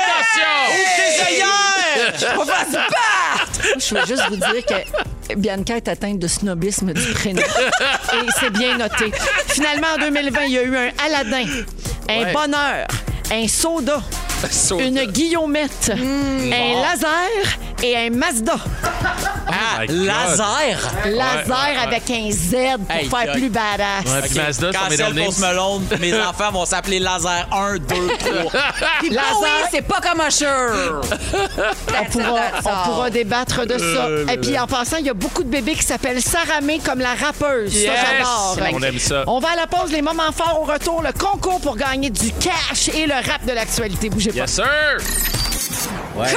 Fais attention. Tes œillères! On va se battre! Je veux juste vous dire que Bianca est atteinte de snobisme du prénom. Et c'est bien noté. Finalement, en deux mille vingt, il y a eu un Aladdin, un Ouais. Bonheur, un Soda, Soda. une Guillaumette, un Laser et un Mazda. Ah, my God. laser! Laser ouais, ouais. avec un Z pour Hey, faire Doc. plus badass. Ouais, puis Mazda, son Cancel middle name, Post Malone, mes enfants vont s'appeler Laser un, deux, trois. Puis Laser. Bowie, c'est pas comme Usher. On pourra, on pourra débattre de ça. Et puis en passant, il y a beaucoup de bébés qui s'appellent Saramé comme la rappeuse. Ça, Yes! j'adore. On aime ça. On va à la pause, les moments forts au retour, le concours pour gagner du cash et le rap de l'actualité. Bougez pas. Yes, sir. Ouais.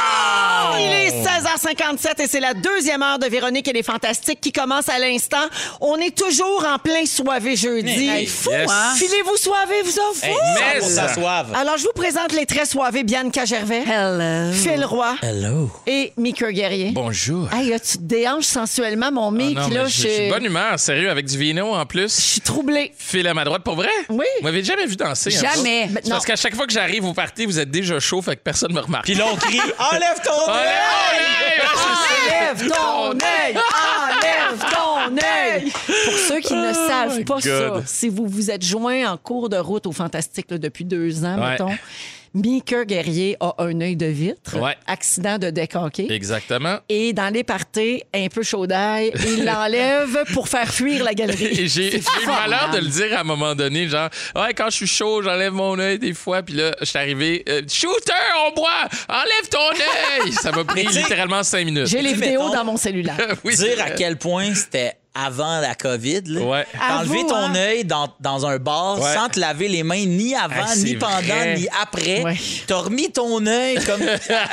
Oh, il est seize heures cinquante-sept et c'est la deuxième heure de Véronique et les Fantastiques qui commence à l'instant. On est toujours en plein soivé jeudi. Hey, fou, yes. hein? Filez-vous soivé, vous autres? Hey, Fou! mais- ça s'assoive. Alors, je vous présente les très soivés Bianca Gervais, Hello. Phil Roy Hello. et Mika Guerrier. Bonjour. Hey, tu te déhanches sensuellement, mon Ah Mick, non, mais là. je je suis de bonne Je humeur, sérieux, avec du vino en je plus. suis troublée. File à ma droite, pour vrai? Oui. Vous m'avez jamais vu danser. hein, Jamais. ça? C'est parce qu'à chaque fois que j'arrive au party, vous êtes déjà chaud, fait que personne me remarque. Puis là, on crie Enlève ton Allez, œil! allez, allez, Enlève ton œil! Enlève ton œil! Pour ceux qui ne savent my pas ça, God. si vous vous êtes joint en cours de route au Fantastique là, depuis deux ans, Ouais. mettons, Mika Guerrier a un œil de vitre, Ouais. accident de décanqué. Exactement. Et dans les parties, un peu chaud d'ail, il l'enlève pour faire fuir la galerie. Et j'ai j'ai eu le malheur de le dire à un moment donné, genre, ouais, quand je suis chaud, j'enlève mon œil des fois, puis là, je suis arrivé, euh, shooter, on boit, enlève ton œil! Ça m'a pris Mais tu sais, littéralement cinq minutes. J'ai les Tu sais, vidéos mettons- dans mon cellulaire. Oui, Dire c'est à vrai. quel point c'était avant la COVID. Là. Ouais. T'enlever Avoue, ton hein? œil dans, dans un bar Ouais. sans te laver les mains ni avant, Ah, c'est ni pendant, vrai. ni après. Ouais. T'as remis ton œil comme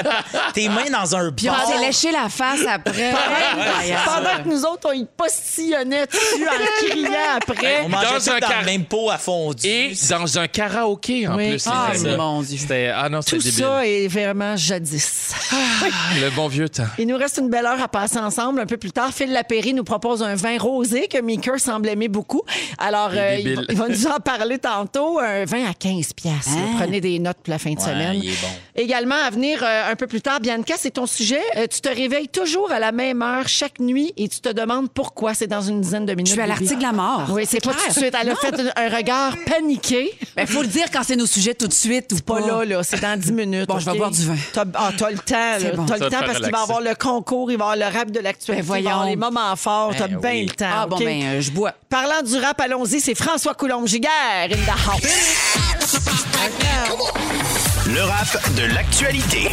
tes mains dans un Puis on bar. s'est léché la face après. Incroyable. Pendant que nous autres, on y postillonnait dessus en criant après. On mangeait Dans tout un dans car- le même pot à fondu. Et dans un karaoké, en Oui. plus. Ah, c'était ça. mon Dieu. C'était, ah non, c'était Tout débile. ça est vraiment jadis. Le bon vieux temps. Il nous reste une belle heure à passer ensemble. Un peu plus tard, Phil Lapéry nous propose un vin rosé que Meeker semble aimer beaucoup. Alors, Il est euh, il, débile. va, il va nous en parler tantôt. Un vin à quinze piastres. Prenez des notes pour la fin de Ouais, semaine. il est bon. Également, à venir euh, un peu plus tard, Bianca, c'est ton sujet. Euh, tu te réveilles toujours à la même heure chaque nuit et tu te demandes pourquoi. C'est dans une dizaine de minutes. Je suis à Bibi. l'article de la mort. Oui, c'est pas tout de suite. Elle a fait un, un regard paniqué. Il faut le dire quand c'est nos sujets tout de suite ou Pas là, là. C'est dans dix minutes. Bon, je vais OK? boire du vin. T'as ah, t'as le temps, là. C'est bon. T'as Ça le va temps te parce faire qu'il va y avoir le concours, il va y avoir le rap de l'actualité, Ben, il va y avoir voyons. les moments forts. T'as Ben bien oui. le temps. Ah, bon, OK? ben, euh, je bois. Parlant du rap, allons-y. C'est François Coulombe-Giguère in the house. Le rap de l'actualité.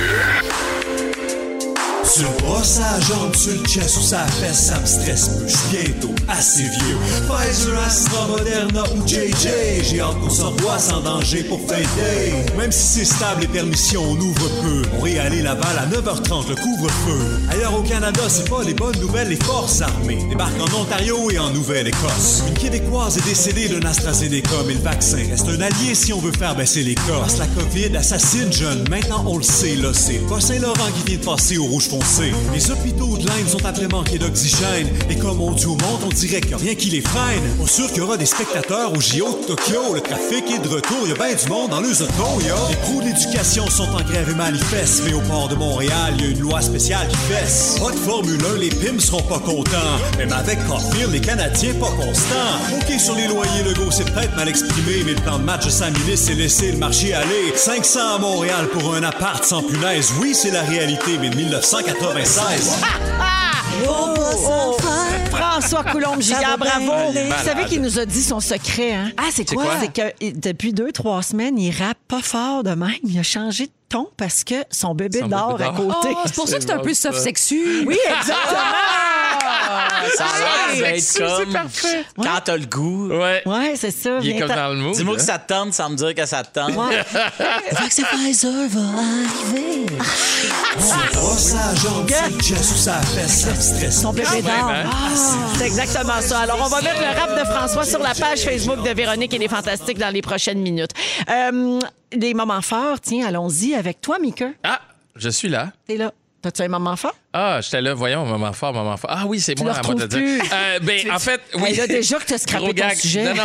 Sur le brosse à jambe, sur le chest ou sa fesse, ça me stresse peu, je suis bientôt assez vieux. Pfizer, Astra, Moderna ou J J, j'ai hâte qu'on se revoie sans danger pour fêter. Même si c'est stable, les permissions, on ouvre peu. Montréal Laval à neuf heures trente, le couvre-feu. Ailleurs au Canada, c'est pas les bonnes nouvelles, les forces armées débarquent en Ontario et en Nouvelle-Écosse. Une Québécoise est décédée d'un AstraZeneca, mais le vaccin reste un allié si on veut faire baisser les cas. Parce que la COVID assassine jeune, maintenant on le sait, là c'est pas Saint-Laurent qui vient de passer au rouge foncé. Les hôpitaux de l'Inde sont après manqués d'oxygène. Et comme on dit au monde, on dirait qu'il n'y a rien qui les freine. Pas sûr qu'il y aura des spectateurs au J O de Tokyo. Le trafic est de retour, il y a bien du monde dans les autos, yo. Les pros de l'éducation sont en grève et manifestent. Mais au port de Montréal, il y a une loi spéciale qui fesse. Pas de Formule un, les P I M seront pas contents. Même avec Caulfield, les Canadiens pas constants. OK sur les loyers, le go, c'est peut-être mal exprimé. Mais le plan de match de Saint-Minis, c'est laisser le marché aller. cinq cents à Montréal pour un appart sans punaise. Oui, c'est la réalité, mais de dix-neuf cent quatre-vingt-seize. François Coulombe-Giguère, bravo. Vous savez qu'il nous a dit son secret, hein? Ah, c'est C'est quoi? quoi? C'est que eh, depuis deux, trois semaines, il rappe pas fort de même. Il a changé de ton parce que son bébé Son dort bébé à dort. côté. Oh, c'est pour ça que c'est un bon, peu soft ça. sexu. Oui, exactement. Ça a l'air d'être C'est comme parfait. quand t'as le goût. Ouais. Ouais, c'est ça. Il est Viens comme t'en- dans le mood. Dis-moi que hein. ça te tente sans me dire que ça te tente. Ouais. Vaccin Pfizer va arriver. Tu brosses sa jambe sur le chest ou sa fesse, ça me stresse. Ton bébé Quand même, dort. hein? Ah, c'est exactement ça. Alors, on va mettre le rap de François sur la page Facebook de Véronique et les Fantastiques dans les prochaines minutes. Euh, des moments forts, tiens, allons-y avec toi, Mika. Ah, je suis là. T'es là. T'as-tu un moment fort? Ah, j'étais là, voyons, moment fort, moment fort. Ah oui, c'est Tu moi le à moi de retrouves dire. plus. Euh, ben, en fait, oui. Hey, là, déjà que t'as scrappé Gros ton gag. sujet. Non, non.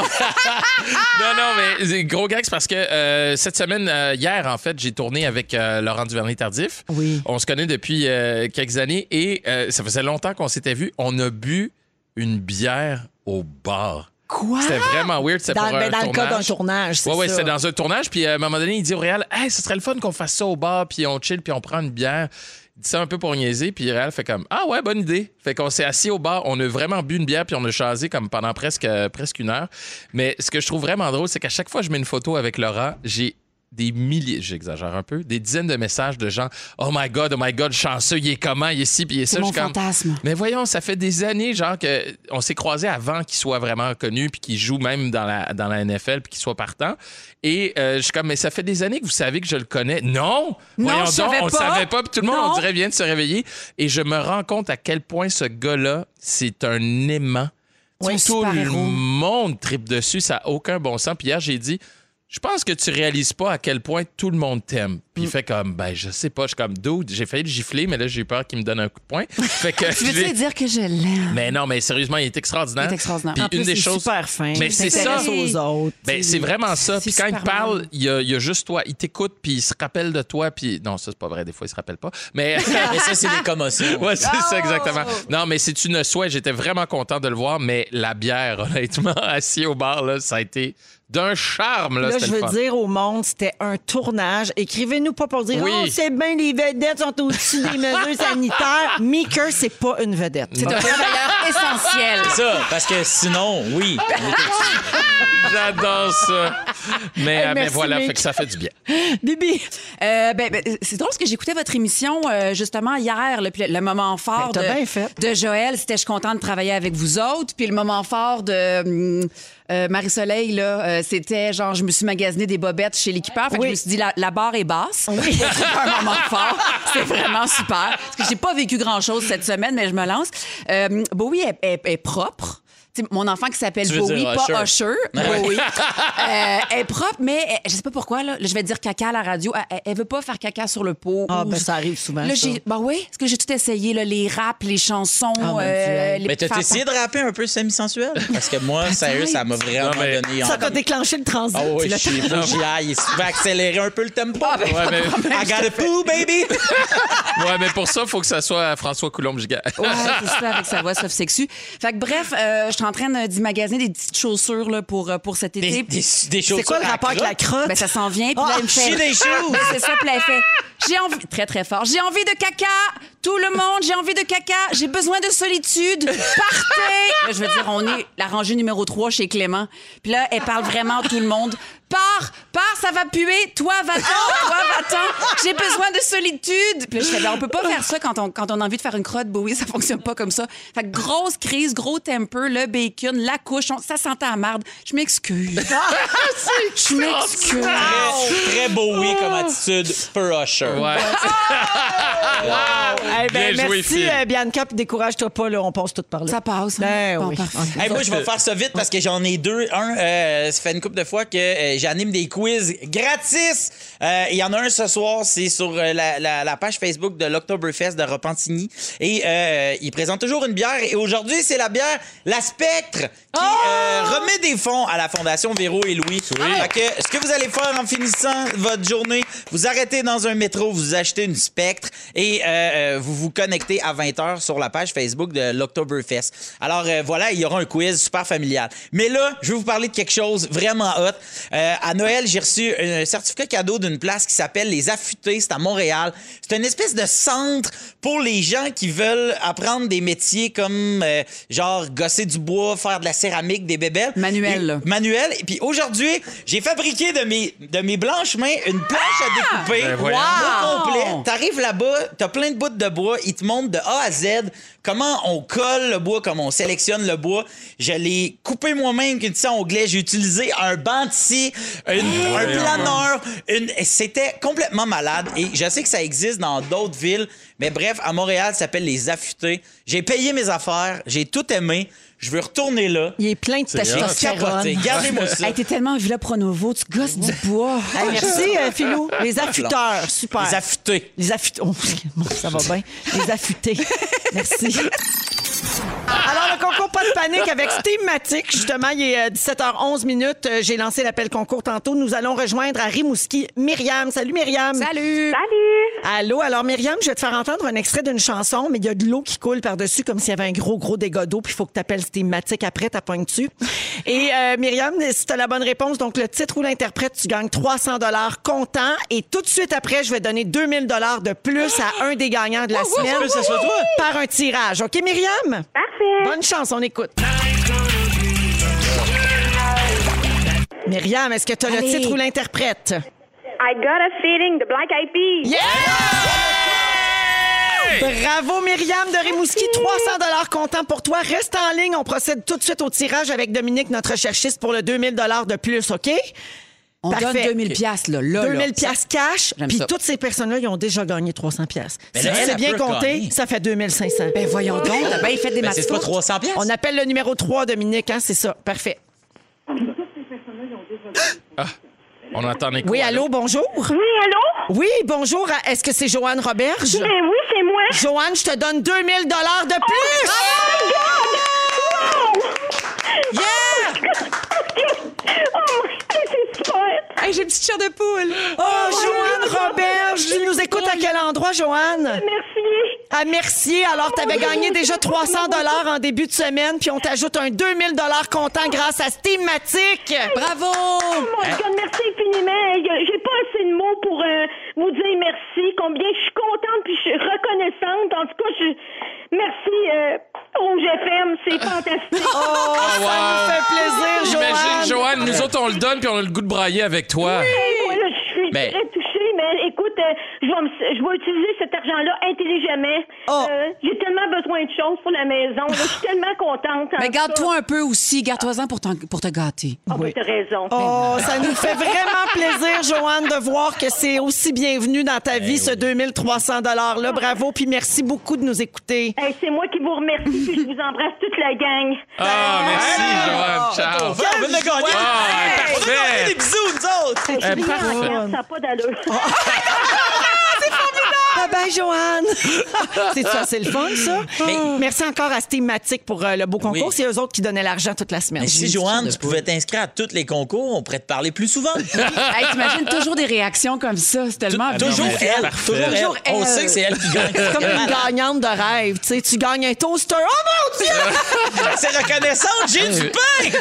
non, non, mais c'est gros gag, c'est parce que euh, cette semaine, euh, hier, en fait, j'ai tourné avec euh, Laurent Duvernay-Tardif. Oui. On se connaît depuis euh, quelques années et euh, ça faisait longtemps qu'on s'était vus. On a bu une bière au bar. Quoi? C'était vraiment weird. C'était Dans, pour ben, un dans le tournage. cas d'un tournage, c'est Ouais, ouais, ça. c'était dans un tournage. Puis à un moment donné, il dit au Réal, hey, ce serait le fun qu'on fasse ça au bar, puis on chill, puis on prend une bière. Il dit ça un peu pour niaiser, puis Réal fait comme, ah ouais, bonne idée. Fait qu'on s'est assis au bar, on a vraiment bu une bière, puis on a jasé comme pendant presque, euh, presque une heure. Mais ce que je trouve vraiment drôle, c'est qu'à chaque fois que je mets une photo avec Laurent, j'ai des milliers, j'exagère un peu, des dizaines de messages de gens, oh my God, oh my God, chanceux, il est comment, il est ci, puis il est ça. C'est mon Je suis comme, fantasme. mais voyons, ça fait des années, genre, qu'on s'est croisés avant qu'il soit vraiment connu, puis qu'il joue même dans la, dans la N F L, puis qu'il soit partant. Et euh, je suis comme, mais ça fait des années que vous savez que je le connais. Non! Non, Voyons je savais donc, on le pas. savait pas, puis tout le monde, Non. on dirait, vient de se réveiller. Et je me rends compte à quel point ce gars-là, c'est un aimant. Oui, Tout le super-héros. monde tripe dessus, ça n'a aucun bon sens. Puis hier, j'ai dit, je pense que tu réalises pas à quel point tout le monde t'aime. Puis il fait comme, ben, je sais pas, je suis comme, dude, j'ai failli le gifler, mais là, j'ai eu peur qu'il me donne un coup de poing. Fait que Tu je l'ai- veux-tu dire que je l'aime? mais non, mais sérieusement, il est extraordinaire. Il est extraordinaire. Puis En plus, une des il est choses. super fin. Mais Il c'est s'intéresse ça. aux autres. Ben, c'est vraiment ça. C'est Puis quand il super parle, bon. il y, a, il y a juste toi. Il t'écoute, puis il se rappelle de toi. Puis non, ça, c'est pas vrai. Des fois, il se rappelle pas. Mais. Mais ça, c'est des commotions. Ouais, c'est Oh! ça, exactement. Non, mais c'est une souhait. J'étais vraiment content de le voir, mais la bière, honnêtement, assis au bar, là, ça a été d'un charme. Là, Là, c'était je le veux fun. dire au monde, c'était un tournage. Écrivez-nous pas pour dire Oui. oh, c'est bien, les vedettes sont au-dessus des mesures sanitaires. Meeker, c'est pas une vedette. C'est un travailleur essentiel. C'est ça, parce que sinon, oui. J'adore ça. Mais, Hey, euh, mais merci, voilà, Mick. fait que ça fait du bien. Bibi, Euh, ben, ben, c'est drôle parce que j'écoutais votre émission euh, justement hier, là, puis le, le moment fort Ben, de, t'as bien fait. de Joël, c'était je suis contente de travailler avec vous autres. Puis le moment fort de hum, euh, Marie-Soleil, là, euh, c'était genre je me suis magasiné des bobettes chez l'équipeur. Fait que Oui. je me suis dit la, la barre est basse. C'est un moment fort. C'est vraiment super. Parce que j'ai pas vécu grand-chose cette semaine, mais je me lance. Euh, Bowie est, est- est propre. Tu sais, mon enfant qui s'appelle Tu veux Bowie, dire pas Usher. Usher. Bowie. Euh, elle est propre, mais elle- je sais pas pourquoi, là, je vais dire caca à la radio. Elle, elle veut pas faire caca sur le pot. Ah, ou- ben, ça arrive souvent, Là, ça. j'ai, ben oui, parce que j'ai tout essayé, là, les raps, les chansons, Ah, mon Dieu, euh, hey. les Mais t'as petits essayé de rapper un peu semi-sensuel? Parce que moi, sérieux, ça m'a vraiment Non, mais- donné ça envie. t'a déclenché le transit. Ah oui, Là, je faut que j'y aille. Tu vas accélérer un peu le tempo. Ouais, mais, I got a poo, baby! ouais, mais pour ça, il faut que ça soit François Coulombe-Giga. Ouais, c'est ça, avec sa voix soft sexu. Fait que bref, euh, je suis en train de- d'immagasiner des petites chaussures là, pour, euh, pour cet été. Des, des, des c'est quoi le chaussures à rapport avec la crotte? crotte? Ben, ça s'en vient. Puis Ah, là, il me fait. chier des choses. Ben, c'est ça, puis là, elle fait. J'ai envie. Très, très fort. J'ai envie de caca. Tout le monde, j'ai envie de caca. J'ai besoin de solitude. Partez. Là, je veux dire, on est la rangée numéro trois chez Clément. Puis là, elle parle vraiment à tout le monde. Pars, pars, ça va puer. Toi, va-t'en. Toi, va-t'en. J'ai besoin de solitude. Puis là, je fais, ben, on peut pas faire ça quand on, quand on a envie de faire une crotte. Bowie, ça fonctionne pas comme ça. Fait que grosse crise, gros temper, le bacon, la couche, on- ça sentait à marde. Je m'excuse. Je m'excuse. Très, très beau oui comme attitude per Usher. Ouais. Eh ben, Bien joué, merci, Phil. euh, Bianca, puis décourage-toi pas, là, on passe tout par là. Ça passe. hein? Ben Bon, oui. parfait. Hey, moi, je vais faire ça vite parce que j'en ai deux. Un, euh, ça fait une couple de fois que euh, j'anime des quiz gratis. Euh, Il y en a un ce soir, c'est sur euh, la, la- la page Facebook de l'Octoberfest de Repentigny. Et euh, il présente toujours une bière. Et aujourd'hui, c'est la bière La Spectre qui euh, remet des fonds à la Fondation Véro et Louis. Fait que, ce que vous allez faire en finissant votre journée, vous arrêtez dans un métro, vous achetez une Spectre et euh, euh, vous vous connectez à vingt heures sur la page Facebook de l'Octoberfest. Alors euh, voilà, il y aura un quiz super familial. Mais là, je vais vous parler de quelque chose vraiment hot. Euh, à Noël, j'ai reçu un certificat cadeau d'une place qui s'appelle Les Affûtés. C'est à Montréal. C'est une espèce de centre pour les gens qui veulent apprendre des métiers comme euh, genre gosser du bois, faire de la céramique, des bébelles. Manuel, Et- là. Manuel. Et puis aujourd'hui, j'ai fabriqué de mes, de mes blanches mains une planche à découper. Ben voyons. Au complet. T'arrives là-bas, t'as plein de bouts de bois. bois. Ils te montrent de A à Z comment on colle le bois, comment on sélectionne le bois. Je l'ai coupé moi-même qu'une scie à onglet. J'ai utilisé un banc de scie, une- un planeur. Une... C'était complètement malade. Et je sais que ça existe dans d'autres villes. Mais bref, à Montréal, ça s'appelle les affûtés. J'ai payé mes affaires. J'ai tout aimé. Je veux retourner là. Il est plein de testostérone. Capoté. Gardez-moi ça. Hey, t'es tellement en Villa Pronovo, tu gosses du bois. Hey, merci, euh, Philou. Les affûteurs, super. Les affûtés. Les affûtés. Oh, bon, ça va bien. Les affûtés. Merci. Alors, le concours Pas de panique avec Steamatic. Justement, il est euh, dix-sept heures onze minutes. Euh, J'ai lancé l'appel concours tantôt. Nous allons rejoindre à Rimouski Myriam. Salut, Myriam. Salut! Salut! Allô. Alors, Myriam, je vais te faire entendre un extrait d'une chanson, mais il y a de l'eau qui coule par-dessus comme s'il y avait un gros, gros dégât d'eau. Puis il faut que tu appelles Steamatic après, t'appoignes dessus. Et euh, Myriam, si tu as la bonne réponse, donc le titre ou l'interprète, tu gagnes trois cents dollars comptant. Et tout de suite après, je vais donner deux mille dollars de plus à un des gagnants de la semaine. que ça soit toi? Par un tirage. OK, Myriam? Parfait! Bonne chance, on écoute. Myriam, est-ce que tu as le Allez. titre ou l'interprète? I got a feeling, the Black Eyed Peas. Bravo, Myriam de Rimouski. trois cents dollars comptant pour toi. Reste en ligne. On procède tout de suite au tirage avec Dominique, notre recherchiste, pour le deux mille dollars de plus, OK? On Parfait. donne deux mille piastres, là. là deux mille là. piastres cash. J'aime Puis ça. toutes ces personnes-là, ils ont déjà gagné trois cents piastres. Mais Si là, tu elle, sais elle bien peut compter, gagner. ça fait deux mille cinq cents. Ben voyons donc, t'as bien fait des Ben, maths. c'est pas trois cents piastres? On appelle le numéro trois, Dominique, hein? C'est ça. Parfait. On entend les Oui, allô, bonjour? Oui, allô? Oui, bonjour. Est-ce que c'est Joanne Roberge? Ben oui, c'est moi. Joanne, je te donne deux mille dollars de plus! Yeah! Oh, c'est super! Hey, j'ai une petite chair de poule. Oh, Joanne Roberge! Tu nous écoutes à quel endroit, Joanne? Merci! À Mercier. Alors, tu avais gagné déjà trois cents dollars en début de semaine, puis on t'ajoute un deux mille dollars comptant grâce à Steamatic. Bravo! Oh mon God, merci infiniment. J'ai pas assez de mots pour euh, vous dire merci, combien je suis contente puis je suis reconnaissante. En tout cas, je merci euh, Rouge F M, c'est fantastique. Oh, ça nous fait plaisir, Joanne. Imagine, Joanne, nous autres, on le donne puis on a le goût de brailler avec toi. Hey, moi, là, je suis Ben. très touchée, mais écoute, euh, je, vais me- je vais utiliser cet argent-là intelligemment. Oh. Euh, j'ai tellement besoin de choses pour la maison. là. Je suis tellement contente. en Mais tout cas. garde-toi un peu aussi, garde-toi-en pour, t'en- pour te gâter. Ah, ben, t'as raison. Oh, ça nous fait vraiment plaisir, Joanne, de voir que c'est aussi bienvenu dans ta vie, ce deux mille trois cents dollars-là. Bravo, puis merci beaucoup de nous écouter. Hey, c'est moi qui vous remercie puis je vous embrasse toute la gang. Ah, merci, Joanne. Ciao. On vient de gagner. Ah, On a gagné parfait. des bisous, nous autres. Hey, je suis parfait. en garde, ça n'a pas d'allure. Bye bye, Joanne. C'est ça, c'est le fun, ça. Merci encore à Steamatic pour euh, le beau concours. Oui. C'est eux autres qui donnaient l'argent toute la semaine. Mais si, Joanne, tu pouvais t'inscrire à tous les concours, on pourrait te parler plus souvent. Hey, t'imagines toujours des réactions comme ça, c'est tellement Toujours bien. elle. Toujours elle. Toujours On elle. sait que c'est elle qui gagne. C'est comme une gagnante de rêve. Tu sais, tu gagnes un toaster. Oh mon Dieu! C'est reconnaissante, j'ai du pain!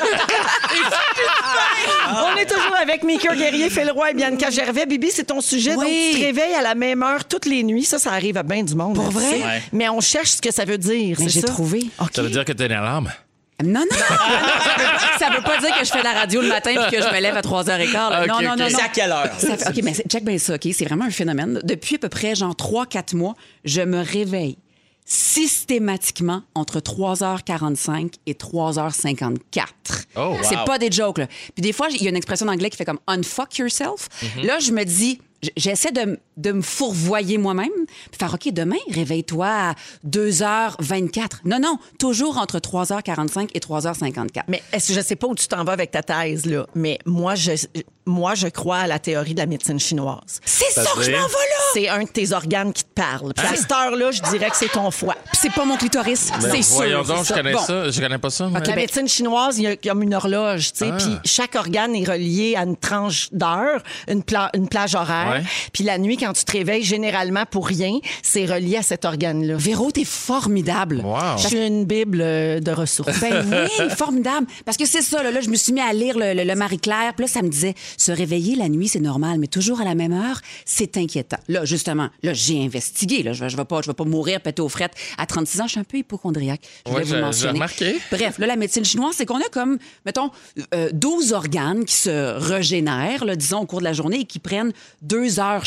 On est toujours avec Mika Guerrier, Phil Roy et Bianca Gervais. Bibi, c'est ton sujet. Donc, Oui. tu te réveilles à la même heure toutes les nuits. Ça, ça arrive à bien du monde. Pour tu vrai? sais. Ouais. Mais on cherche ce que ça veut dire. Mais c'est j'ai ça? trouvé. OK. Ça veut dire que t'as une alarme. Non, non. Ça veut pas dire que je fais la radio le matin et que je me lève à trois heures quinze. Là. Ok, non, non, ok. non, non. C'est à quelle heure? Ça fait- OK, mais c'est- check bien ça, OK? C'est vraiment un phénomène. Depuis à peu près, genre, trois quatre mois, je me réveille systématiquement entre trois heures quarante-cinq et trois heures cinquante-quatre. Oh, wow. C'est pas des jokes, là. Puis des fois, il y a une expression en anglais qui fait comme « unfuck yourself Là, je me dis... j- J'essaie de, m- de me fourvoyer moi-même, puis faire OK, demain, réveille-toi à deux heures vingt-quatre. Non, non, toujours entre trois heures quarante-cinq et trois heures cinquante-quatre. Mais est-ce que je sais pas où tu t'en vas avec ta thèse, là, mais moi, je, moi, je crois à la théorie de la médecine chinoise. C'est ça que je dire? m'en vais là! C'est un de tes organes qui te parle. Puis à cette heure-là, je dirais que c'est ton foie. Puis c'est pas mon clitoris, c'est sûr. Voyons donc, c'est je ça. connais Bon. ça. Je connais pas ça. moi. La ben- médecine chinoise, il y a comme une horloge, tu sais, Ah. puis chaque organe est relié à une tranche d'heure, une, pla- une plage horaire. Ouais. Puis la nuit, quand tu te réveilles, généralement pour rien, c'est relié à cet organe-là. Véro, t'es formidable. Wow. Je suis une bible euh, de ressources. Ben oui, formidable. Parce que c'est ça, là, là, je me suis mis à lire le, le- le Marie-Claire, puis là, ça me disait, se réveiller la nuit, c'est normal, mais toujours à la même heure, c'est inquiétant. Là, justement, là, j'ai investigué, là, je ne vais, pas, je vais pas mourir pété aux frettes. À trente-six ans, je suis un peu hypochondriaque. Je voulais Ouais, vous j'ai- le mentionner. j'ai remarqué. Bref, là, la médecine chinoise, c'est qu'on a comme, mettons, euh, douze organes qui se régénèrent, là, disons, au cours de la journée et qui prennent deux heures chaque. Ça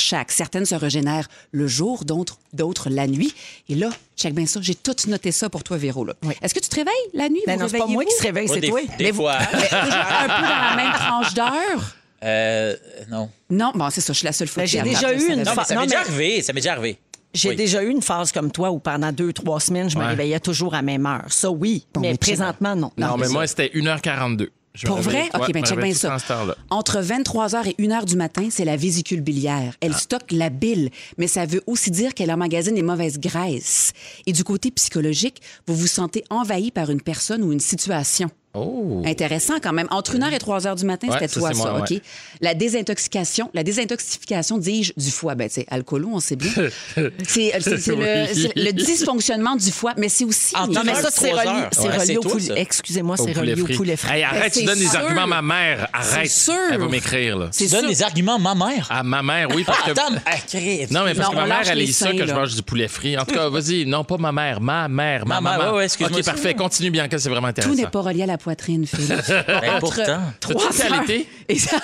certaines se régénèrent le jour, d'autres, d'autres la nuit. Et là, check bien ça, j'ai tout noté ça pour toi, Véro. Là. Oui. Est-ce que tu te réveilles la nuit? Ben vous non, c'est pas moi réveillez-vous? qui se réveille, Moi, c'est des, toi. des Mais vous- fois. Mais toujours un peu dans la même tranche d'heure? Euh, non. Non, bon, c'est ça, je suis la seule fois Ben, qui j'ai a déjà regardé eu ça. une Non, fa- mais ça non, m'est déjà mais- arrivé. Ça m'est déjà arrivé. J'ai Oui. déjà eu une phase comme toi où pendant deux, trois semaines, je me Ouais. réveillais toujours à la même heure. Ça, oui. Bon, mais mais présentement, non. Non, mais moi, c'était une heure quarante-deux. Je me Pour vrai? réveille- OK, ouais, bien, je me check réveille bien tout le temps ça. à cette heure-là. Entre vingt-trois heures et une heure du matin, c'est la vésicule biliaire. Elle Ah. stocke la bile, mais ça veut aussi dire qu'elle emmagasine les mauvaises graisses. Et du côté psychologique, vous vous sentez envahi par une personne ou une situation. Oh. Intéressant quand même. Entre une heure et trois heures du matin, Ouais, c'était ça, toi, c'est ça, moi, OK? ouais. La désintoxication, la désintoxification, dis-je, du foie. Ben, tu sais, alcoolo, on sait bien. c'est c'est- c'est le, Oui. c'est le dysfonctionnement du foie, mais c'est aussi... Ah, Non, mais ça, c'est Trois relié, heures. c'est Ouais, relié c'est au toi, poulet. ça. Excusez-moi, Au c'est poulet relié au frit. poulet frit. Hey, arrête, Ben, tu donnes c'est des sûr. arguments à ma mère. Arrête. sûr. Elle va m'écrire, là. C'est Tu donnes sûr. des arguments à ma mère. À ma mère, oui, parce que... Attends, ah, Christ. Non, mais parce Non, que ma on mère, lâche elle les est ça seins, que je là. mange du poulet frit. En tout cas, vas-y. Non, pas ma mère. Ma mère. Ma Ma mère, maman. ouais, ouais, excuse-moi. OK, parfait. Continue, Bianca, c'est vraiment intéressant. Tout n'est pas relié à la poitrine, Phil. Ben, pourtant, T'as-tu été allaité? Et ça-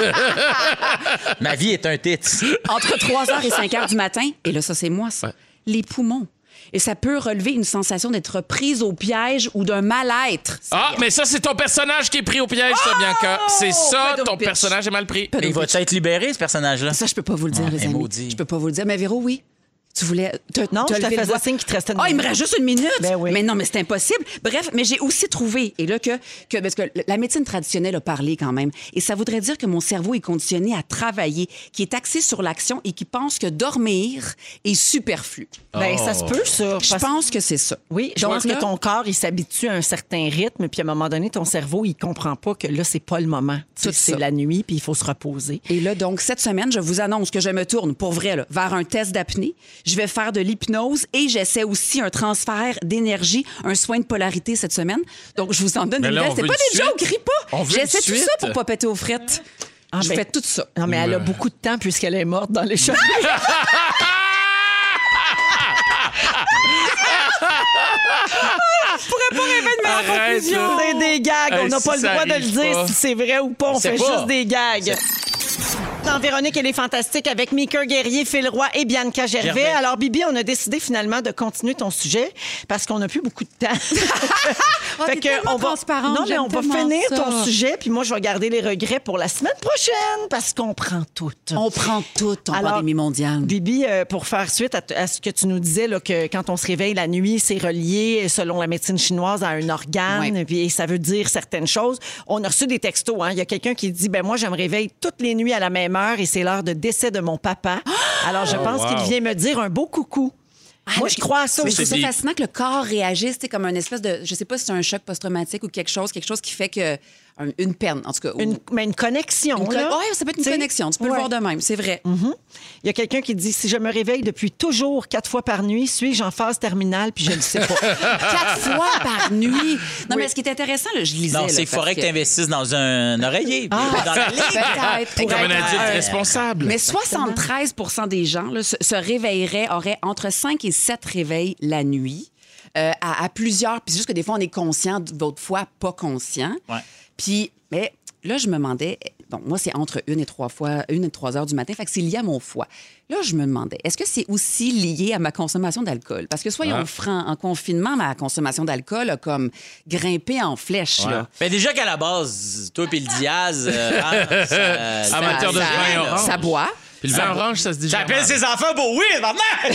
ma vie est un tit. Entre trois heures et cinq heures du matin, et là, ça, c'est moi, ça, Ouais. les poumons. Et ça peut relever une sensation d'être prise au piège ou d'un mal-être. Ah, mais ça, c'est ton personnage qui est pris au piège, ça, Bianca. C'est ça, Pedro ton bitch. personnage est mal pris. Il va-tu être libéré, ce personnage-là? Ça, je peux pas vous le dire, Ah, les un amis. maudit. Je peux pas vous le dire. Mais Véro, oui. Tu voulais. t'as- Non, t'as je te levé le faisais doigt. signe qu'il te restait une Ah, il me minute. reste juste une minute. Ben oui. Mais non, mais c'est impossible. Bref, mais j'ai aussi trouvé, et là, que, que. Parce que la médecine traditionnelle a parlé quand même. Et ça voudrait dire que mon cerveau est conditionné à travailler, qui est axé sur l'action et qui pense que dormir est superflu. Ben, ça se peut, ça. Je parce- pense que c'est ça. Oui, je Donc pense là- que ton corps, il s'habitue à un certain rythme, puis à un moment donné, ton cerveau, il comprend pas que là, c'est pas le moment. Tu sais, Tout c'est ça. la nuit, puis il faut se reposer. Et là, donc, cette semaine, je vous annonce que je me tourne, pour vrai, là, vers un test d'apnée. Je vais faire de l'hypnose et j'essaie aussi un transfert d'énergie, un soin de polarité cette semaine. Donc, je vous en donne Mais une là, nouvelle. on C'est veut pas le des jokes, suite. crie pas. On veut J'essaie le tout ça suite. pour pas péter aux frettes. Ah, je ben- fais tout ça. Non, mais elle a beaucoup de temps puisqu'elle est morte dans les cheveux. Arrête, là. C'est des gags. Hey, On n'a si pas le ça droit de le arrive dire pas. si c'est vrai ou pas. On, sait fait pas. juste des gags. Dans Véronique, elle est fantastique avec Mika Guerrier, Phil Roy et Bianca Gervais. Gervais. Alors, Bibi, on a décidé finalement de continuer ton sujet parce qu'on n'a plus beaucoup de temps. Oh, t'es tellement on va... transparente, Non, mais j'aime on va tellement finir ça. ton sujet, puis moi, je vais garder les regrets pour la semaine prochaine parce qu'on prend tout. On prend tout en Alors, pandémie mondiale. Bibi, euh, pour faire suite à, t- à ce que tu nous disais, là, que quand on se réveille la nuit, c'est relié, selon la médecine chinoise, à un organe, Ouais. puis ça veut dire certaines choses. On a reçu des textos. Hein. Il y a quelqu'un qui dit, ben moi, je me réveille toutes les nuits à la même heure et c'est l'heure de décès de mon papa. Alors, je pense wow. qu'il vient me dire un beau coucou. moi, mais je crois à ça mais aussi. je trouve des- ça fascinant que le corps réagisse, tu sais, comme un espèce de, je sais pas si c'est un choc post-traumatique ou quelque chose, quelque chose qui fait que un- une peine, en tout cas. ou- Une, mais une connexion. Une co- là. ouais, ça peut être une T'sais, connexion. Tu peux ouais. le voir de même, c'est vrai. Mhm. Il y a quelqu'un qui dit, si je me réveille depuis toujours quatre fois par nuit, suis-je en phase terminale, puis je ne sais pas. Quatre fois par nuit. Non, mais ce qui est intéressant, là, je lisais. Non, là, c'est parce faudrait que que- tu investisses dans un oreiller. Ah. Dans la ligue. Peut-être. Comme un peut-être. adulte Euh, responsable. Mais soixante-treize pour cent des gens là, se, se réveilleraient, auraient entre cinq et sept réveils la nuit. euh, à, à plusieurs. Puis c'est juste que des fois, on est conscient, d'autres fois, pas conscient. Ouais. Puis, mais là, je me demandais, bon, moi, c'est entre une et trois fois, une et trois heures du matin, fait que c'est lié à mon foie. Là, je me demandais, est-ce que c'est aussi lié à ma consommation d'alcool? Parce que soyons Ah. francs, en confinement, ma consommation d'alcool a comme grimpé en flèche, là. Mais déjà qu'à la base, toi et le Diaz, euh, hein, ça- ça- Amateur de ça- vin orange. Ça boit. Puis le vin orange, ça se dit J'appelle ses enfants beau oui, maman! Non, mais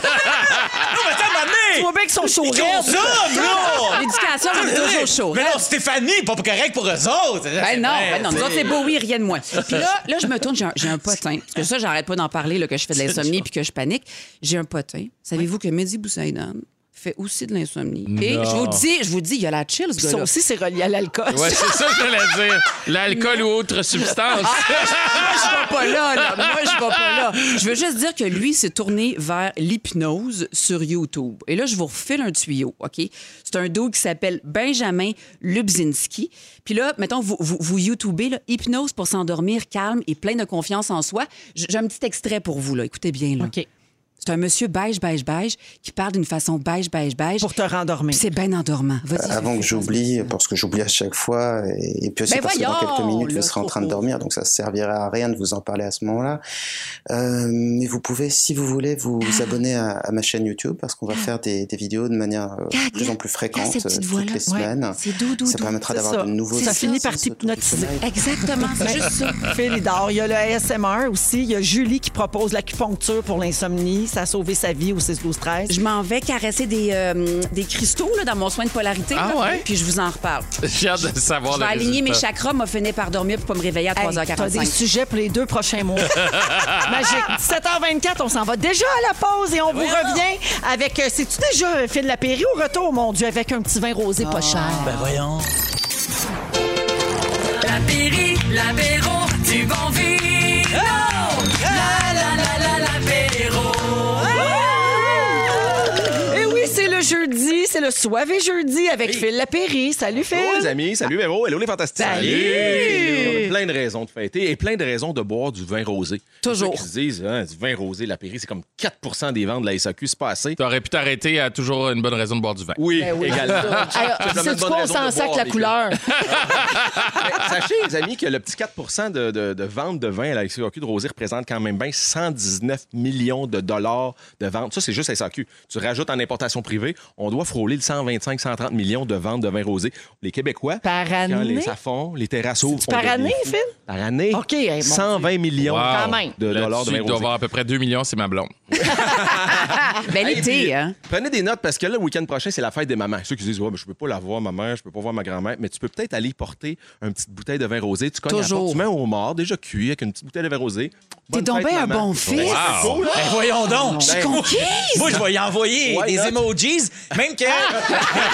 ça m'a Tu vois bien qu'ils sont chauds Ils raides. consomment, là! L'éducation, on est toujours chaud. Mais non, Stéphanie, pas correct pour eux autres. Ben non, ben non, nous autres, c'est beau, oui, rien de moins. Puis là, là, je me tourne, j'ai un, j'ai un potin. Parce que ça, j'arrête pas d'en parler, là, que je fais de l'insomnie puis que je panique. J'ai un potin. Savez-vous que Mehdi Boussaïdan fait aussi de l'insomnie? Et je vous dis, je vous dis, il y a la chill, ce Ça gars-là. aussi, c'est relié à l'alcool. Ouais, c'est ça que j'allais dire. L'alcool ou autre substance. Moi, je vais pas là, là. Moi, je vais pas là. Je veux juste dire que lui s'est tourné vers l'hypnose sur YouTube. Et là, je vous refile un tuyau, OK? C'est un dos qui s'appelle Benjamin Lubzinski. Puis là, mettons, vous, vous, vous YouTubez, là, hypnose pour s'endormir calme et plein de confiance en soi. J- J'ai un petit extrait pour vous, là. Écoutez bien, là. OK. C'est un monsieur beige, beige, beige qui parle d'une façon beige, beige, beige. Pour te rendormir. Puis c'est bien endormant. Vas-y. Avant que j'oublie, parce que j'oublie à chaque fois, et, et puis aussi Ben parce que dans voyons, quelques minutes, le vous serez en train de coco. dormir, donc ça ne servirait à rien de vous en parler à ce moment-là. Euh, mais vous pouvez, si vous voulez, vous, vous abonner à, à ma chaîne YouTube, parce qu'on va faire des, des vidéos de manière euh, de plus en plus fréquente, cette petite euh, voix-là. toutes les Ouais. semaines. C'est doux, doux, Ça doux. permettra C'est d'avoir ça. de nouveaux Ça finit par exercices t'hypnotiser. autour du sommeil. Exactement, c'est juste ça. Phil, il dort. Il y a le A S M R aussi. Il y a Julie qui propose l'acupuncture pour l'insomnie. Ça a sauvé sa vie au six douze treize. Je m'en vais caresser des, euh, des cristaux là, dans mon soin de polarité. Ah là, ouais? Puis je vous en reparle. J'ai hâte de savoir Je vais le aligner mes résultat. chakras, m'a fini par dormir pour pas me réveiller à Hey, trois heures t'as quarante-cinq. des sujets pour les deux prochains mois. Magique. dix-sept heures vingt-quatre, on s'en va déjà à la pause et on vous revient avec... euh, C'est-tu déjà euh, Phil Lapéry au retour, mon Dieu, avec un petit vin rosé pas cher? Ben voyons. Lapéry, l'apéro du bon vino. La la la la l'apéro. Et oui, c'est le jeudi, c'est le soirée jeudi avec Phil Lapéry. Salut Phil! Hello les amis, salut Véro, hello les fantastiques. Salut! On a plein de raisons de fêter et plein de raisons de boire du vin rosé. Toujours. Ceux qui se disent, hein, du vin rosé, l'apéry, c'est comme quatre pour cent des ventes de la S A Q, c'est pas assez. T'aurais pu t'arrêter à toujours une bonne raison de boire du vin. Oui, Ben oui. également. Alors, Simplement c'est une bonne quoi, on raison de s'en sac boire la des couleur? Mais sachez, les amis, que le petit quatre pour cent de, de, de vente de vin à la S A Q de rosé représente quand même bien cent dix-neuf millions de dollars de ventes. Ça, c'est juste la S A Q. Tu rajoutes en importation privée, on doit frôler le cent vingt-cinq à cent trente millions de ventes de vin rosé. Les Québécois, Par quand année? les font, les terrasses ouvrent. Par on devient année, fou. Phil? Par année. OK, hey, mon cent vingt millions Wow. Quand même. de dollars de Là-dessus, vin il doit rosé. avoir à peu près deux millions, c'est ma blonde. Ben, Hey, l'été, puis, hein? Prenez des notes parce que là, le week-end prochain, c'est la fête des mamans. Ceux qui disent, ouais, ben, je peux pas la voir, ma mère, je peux pas voir ma grand-mère, mais tu peux peut-être aller porter une petite bouteille de vin rosé. Tu cognes à la Toujours. porte, tu mets un homard déjà cuit avec une petite bouteille de vin rosé. T'es Bonne donc fête, bien un maman. bon fils. Ben, Wow. c'est cool, hein? Ben voyons donc. Je suis Ben, conquise. Moi, je vais y envoyer Why des not? emojis. Même que mes,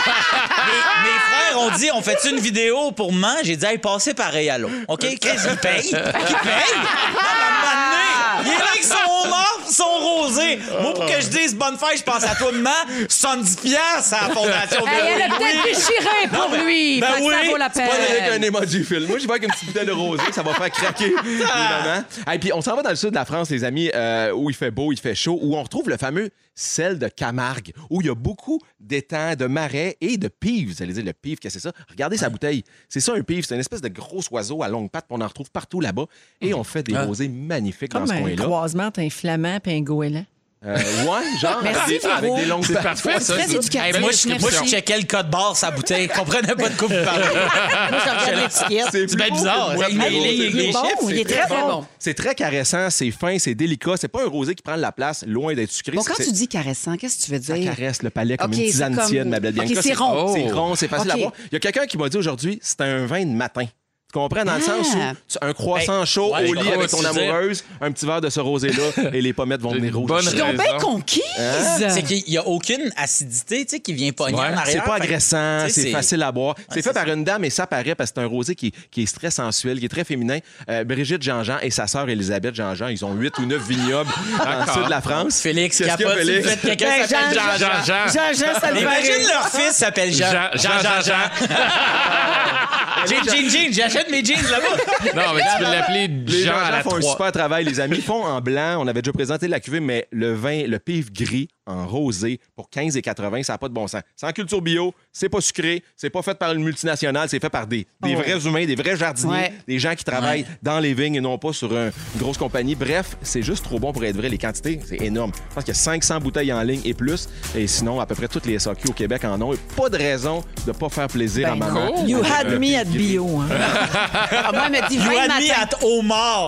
mes frères ont dit, on fait une vidéo pour maman? J'ai dit, hey, passez pareil à l'eau. OK? Chris, il paye. Il paye. Non, mais à un moment donné, il est là avec son homard pis son rosé. Moi, pour que je dise bonne fête, je pense à toi, maman. soixante-dix piastres à la fondation. Hey, elle a Ben peut-être oui. déchiré pour mais- lui. ben Fait que ça oui. vaut la Pas avec un peine. emoji film. Moi, je vais avec une petite bouteille de rosé, ça va faire craquer les mamans. Et puis, on s'en va dans le sud de la France, les amis, euh, où il fait beau, il fait chaud, où on retrouve le fameux sel de Camargue, où il y a beaucoup d'étangs, de marais et de pives. Vous allez dire, le pive, qu'est-ce que c'est ça? Regardez sa bouteille. C'est ça, un pive. C'est une espèce de gros oiseau à longue patte qu'on en retrouve partout là-bas. Et on fait des rosés magnifiques Comme dans ce un coin-là. croisement entre un flamand et un goéland. Euh, ouais, genre, Merci, avec, des, avec Véro. des longues C'est pattes. parfait, ça. Très ça. éducatif. Hey, moi, je, Merci. moi, je checkais le code barre sa bouteille. Je comprenais pas de quoi vous parlez. Moi, je regarde l'étiquette. C'est C'est bien plus bizarre. beau que Il moi, met les le lignes rosé. avec Il des est bon, chiffres. il est très bon. C'est très caressant, c'est fin, c'est délicat. C'est pas un rosé qui prend de la place, loin d'être sucré. Bon, quand C'est- tu dis caressant, qu'est-ce que tu veux Ça dire? caresse le palais comme Ok, une c'est tisane comme- tiède, ma belle Bianca. Ok, c'est rond. C'est Oh. rond, c'est facile Ok. à boire. Il y a quelqu'un qui m'a dit aujourd'hui, c'est un vin de matin. Tu comprends? Dans le Ah. sens où tu- un croissant Ben, chaud ouais, au je lit comprends avec ce ton que tu veux dire. amoureuse, un petit verre de ce rosé-là et les pommettes vont J'ai venir une rouges. bonne Je- Je suis donc bien raison. conquise. C'est qu'il n'y a aucune acidité tu sais, qui vient pogner Ouais, en arrière. C'est pas Fait que, agressant, tu sais, c'est facile à boire. C'est Ouais, fait c'est par ça. une dame et ça paraît parce que c'est un rosé qui, qui est très sensuel, qui est très féminin. Euh, Brigitte Jean-Jean et sa sœur Elisabeth Jean-Jean, ils ont huit ou neuf vignobles dans le sud de la France. Félix Qu'est-ce qu'il y a, capote sur le Félix? fait que quelqu'un Ben, s'appelle Jean- Jean-Jean. Jean-Jean. Jean-Jean Salvarez. Imagine leur fils s'appelle Jean. Jean- Jean, Jean, Jean. Jean, Jean, Jean. J'achète mes jeans là-bas. Non, mais tu peux l'appeler Les Jean gens à la font un trois. super travail, les amis. Ils font en blanc. On avait déjà présenté la cuvée, mais le vin, le pive gris en rosé pour quinze et quatre-vingts, ça n'a pas de bon sens. C'est en culture bio, c'est pas sucré, c'est pas fait par une multinationale, c'est fait par des, des vrais humains, des vrais jardiniers, Ouais. des gens qui travaillent Ouais. dans les vignes et non pas sur un- une grosse compagnie. Bref, c'est juste trop bon pour être vrai. Les quantités, c'est énorme. Je pense qu'il y a cinq cents bouteilles en ligne et plus. Et sinon, à peu près toutes les S A Q au Québec en ont. Et pas de raison de pas faire plaisir à Ben maman. cool. You avec had le me pive at gris. bio. Hein. Ah, moi, elle me dit You vingt had me matin. at homard.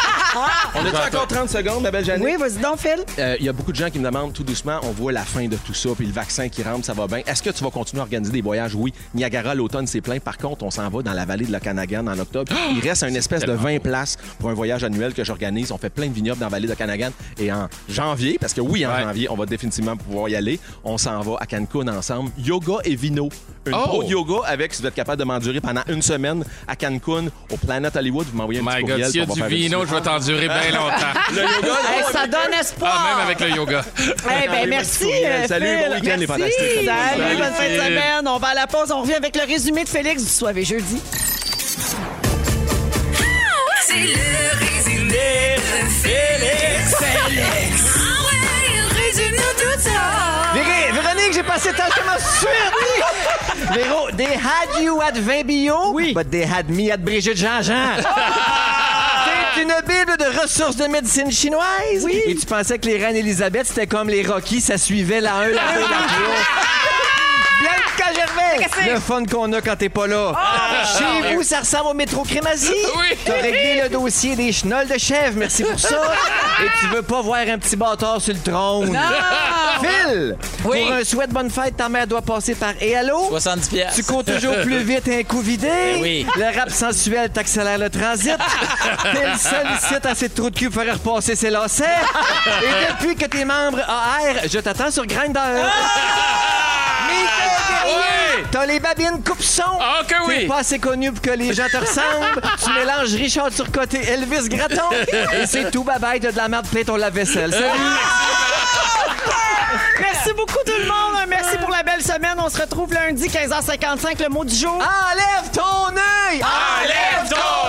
On a encore trente secondes, ma belle Jeannie? Oui, vas-y donc, Phil. Euh, Il y a beaucoup de gens qui me demandent tout doucement, on voit la fin de tout ça, puis le vaccin qui rentre, ça va bien. Est-ce que tu vas continuer à organiser des voyages? Oui. Niagara, l'automne, c'est plein. Par contre, on s'en va dans la vallée de l'Okanagan en octobre. Il reste une espèce de vingt places pour un voyage annuel que j'organise. On fait plein de vignobles dans la vallée de l'Okanagan. Et en janvier, parce que oui, en Ouais. janvier, on va définitivement pouvoir y aller. On s'en va à Cancun ensemble. Yoga et vino. Une Oh! pro de yoga avec, si vous êtes capable de m'endurer pendant une semaine à Cancun, au Planet Hollywood. Vous m'envoyez un petit My God, courriel. s'il y a puis on du va faire vino, le je vais t'endurer bien longtemps. Le yoga, Hey, non, ça avec- donne espoir. Ah, même avec le yoga. Eh ben, Envoyez-moi merci. un petit courriel. euh, Salut, Phil. bon week-end, les Merci. fantastiques. Salut, Salut, bonne fin de Phil. semaine. On va à la pause. On revient avec le résumé de Félix du Soirée jeudi. C'est le résumé de Félix. Félix. Ah ouais, j'ai passé le temps, je commence tout de suite. Véro, they had you at vingt bio, Oui. but they had me at Brigitte Jean-Jean. C'est une bible de ressources de médecine chinoise. Oui. Et tu pensais que les reines Elisabeth, c'était comme les Rocky, ça suivait la un, la deux, la trois. Bianca Gervais, le fun qu'on a quand t'es pas là. Chez vous, ça ressemble au métro Crémazie. Oui. T'as réglé le dossier des chenolles de chèvre, merci pour ça. Et tu veux pas voir un petit bâtard sur le trône. Phil, Oui. pour un souhait de bonne fête, ta mère doit passer par Et allô? soixante-dix piastres. Tu cours toujours plus vite un coup vidé. Ben oui. Le rap sensuel t'accélère le transit. T'es le seul site assez de trous de cul pour faire repasser ses lacets. Et depuis que t'es membre A R, je t'attends sur Grindr. Oui. T'as les babines coupe-son. Ah, que oui. T'es pas assez connu pour que les gens te ressemblent. Tu mélanges Richard Turcotte et Elvis Gratton. Et c'est tout, bye-bye, t'as de la merde plein ton lave-vaisselle. Salut! Merci beaucoup, tout le monde. Merci pour la belle semaine. On se retrouve lundi, quinze heures cinquante-cinq, le mot du jour. Enlève ton œil! Enlève ton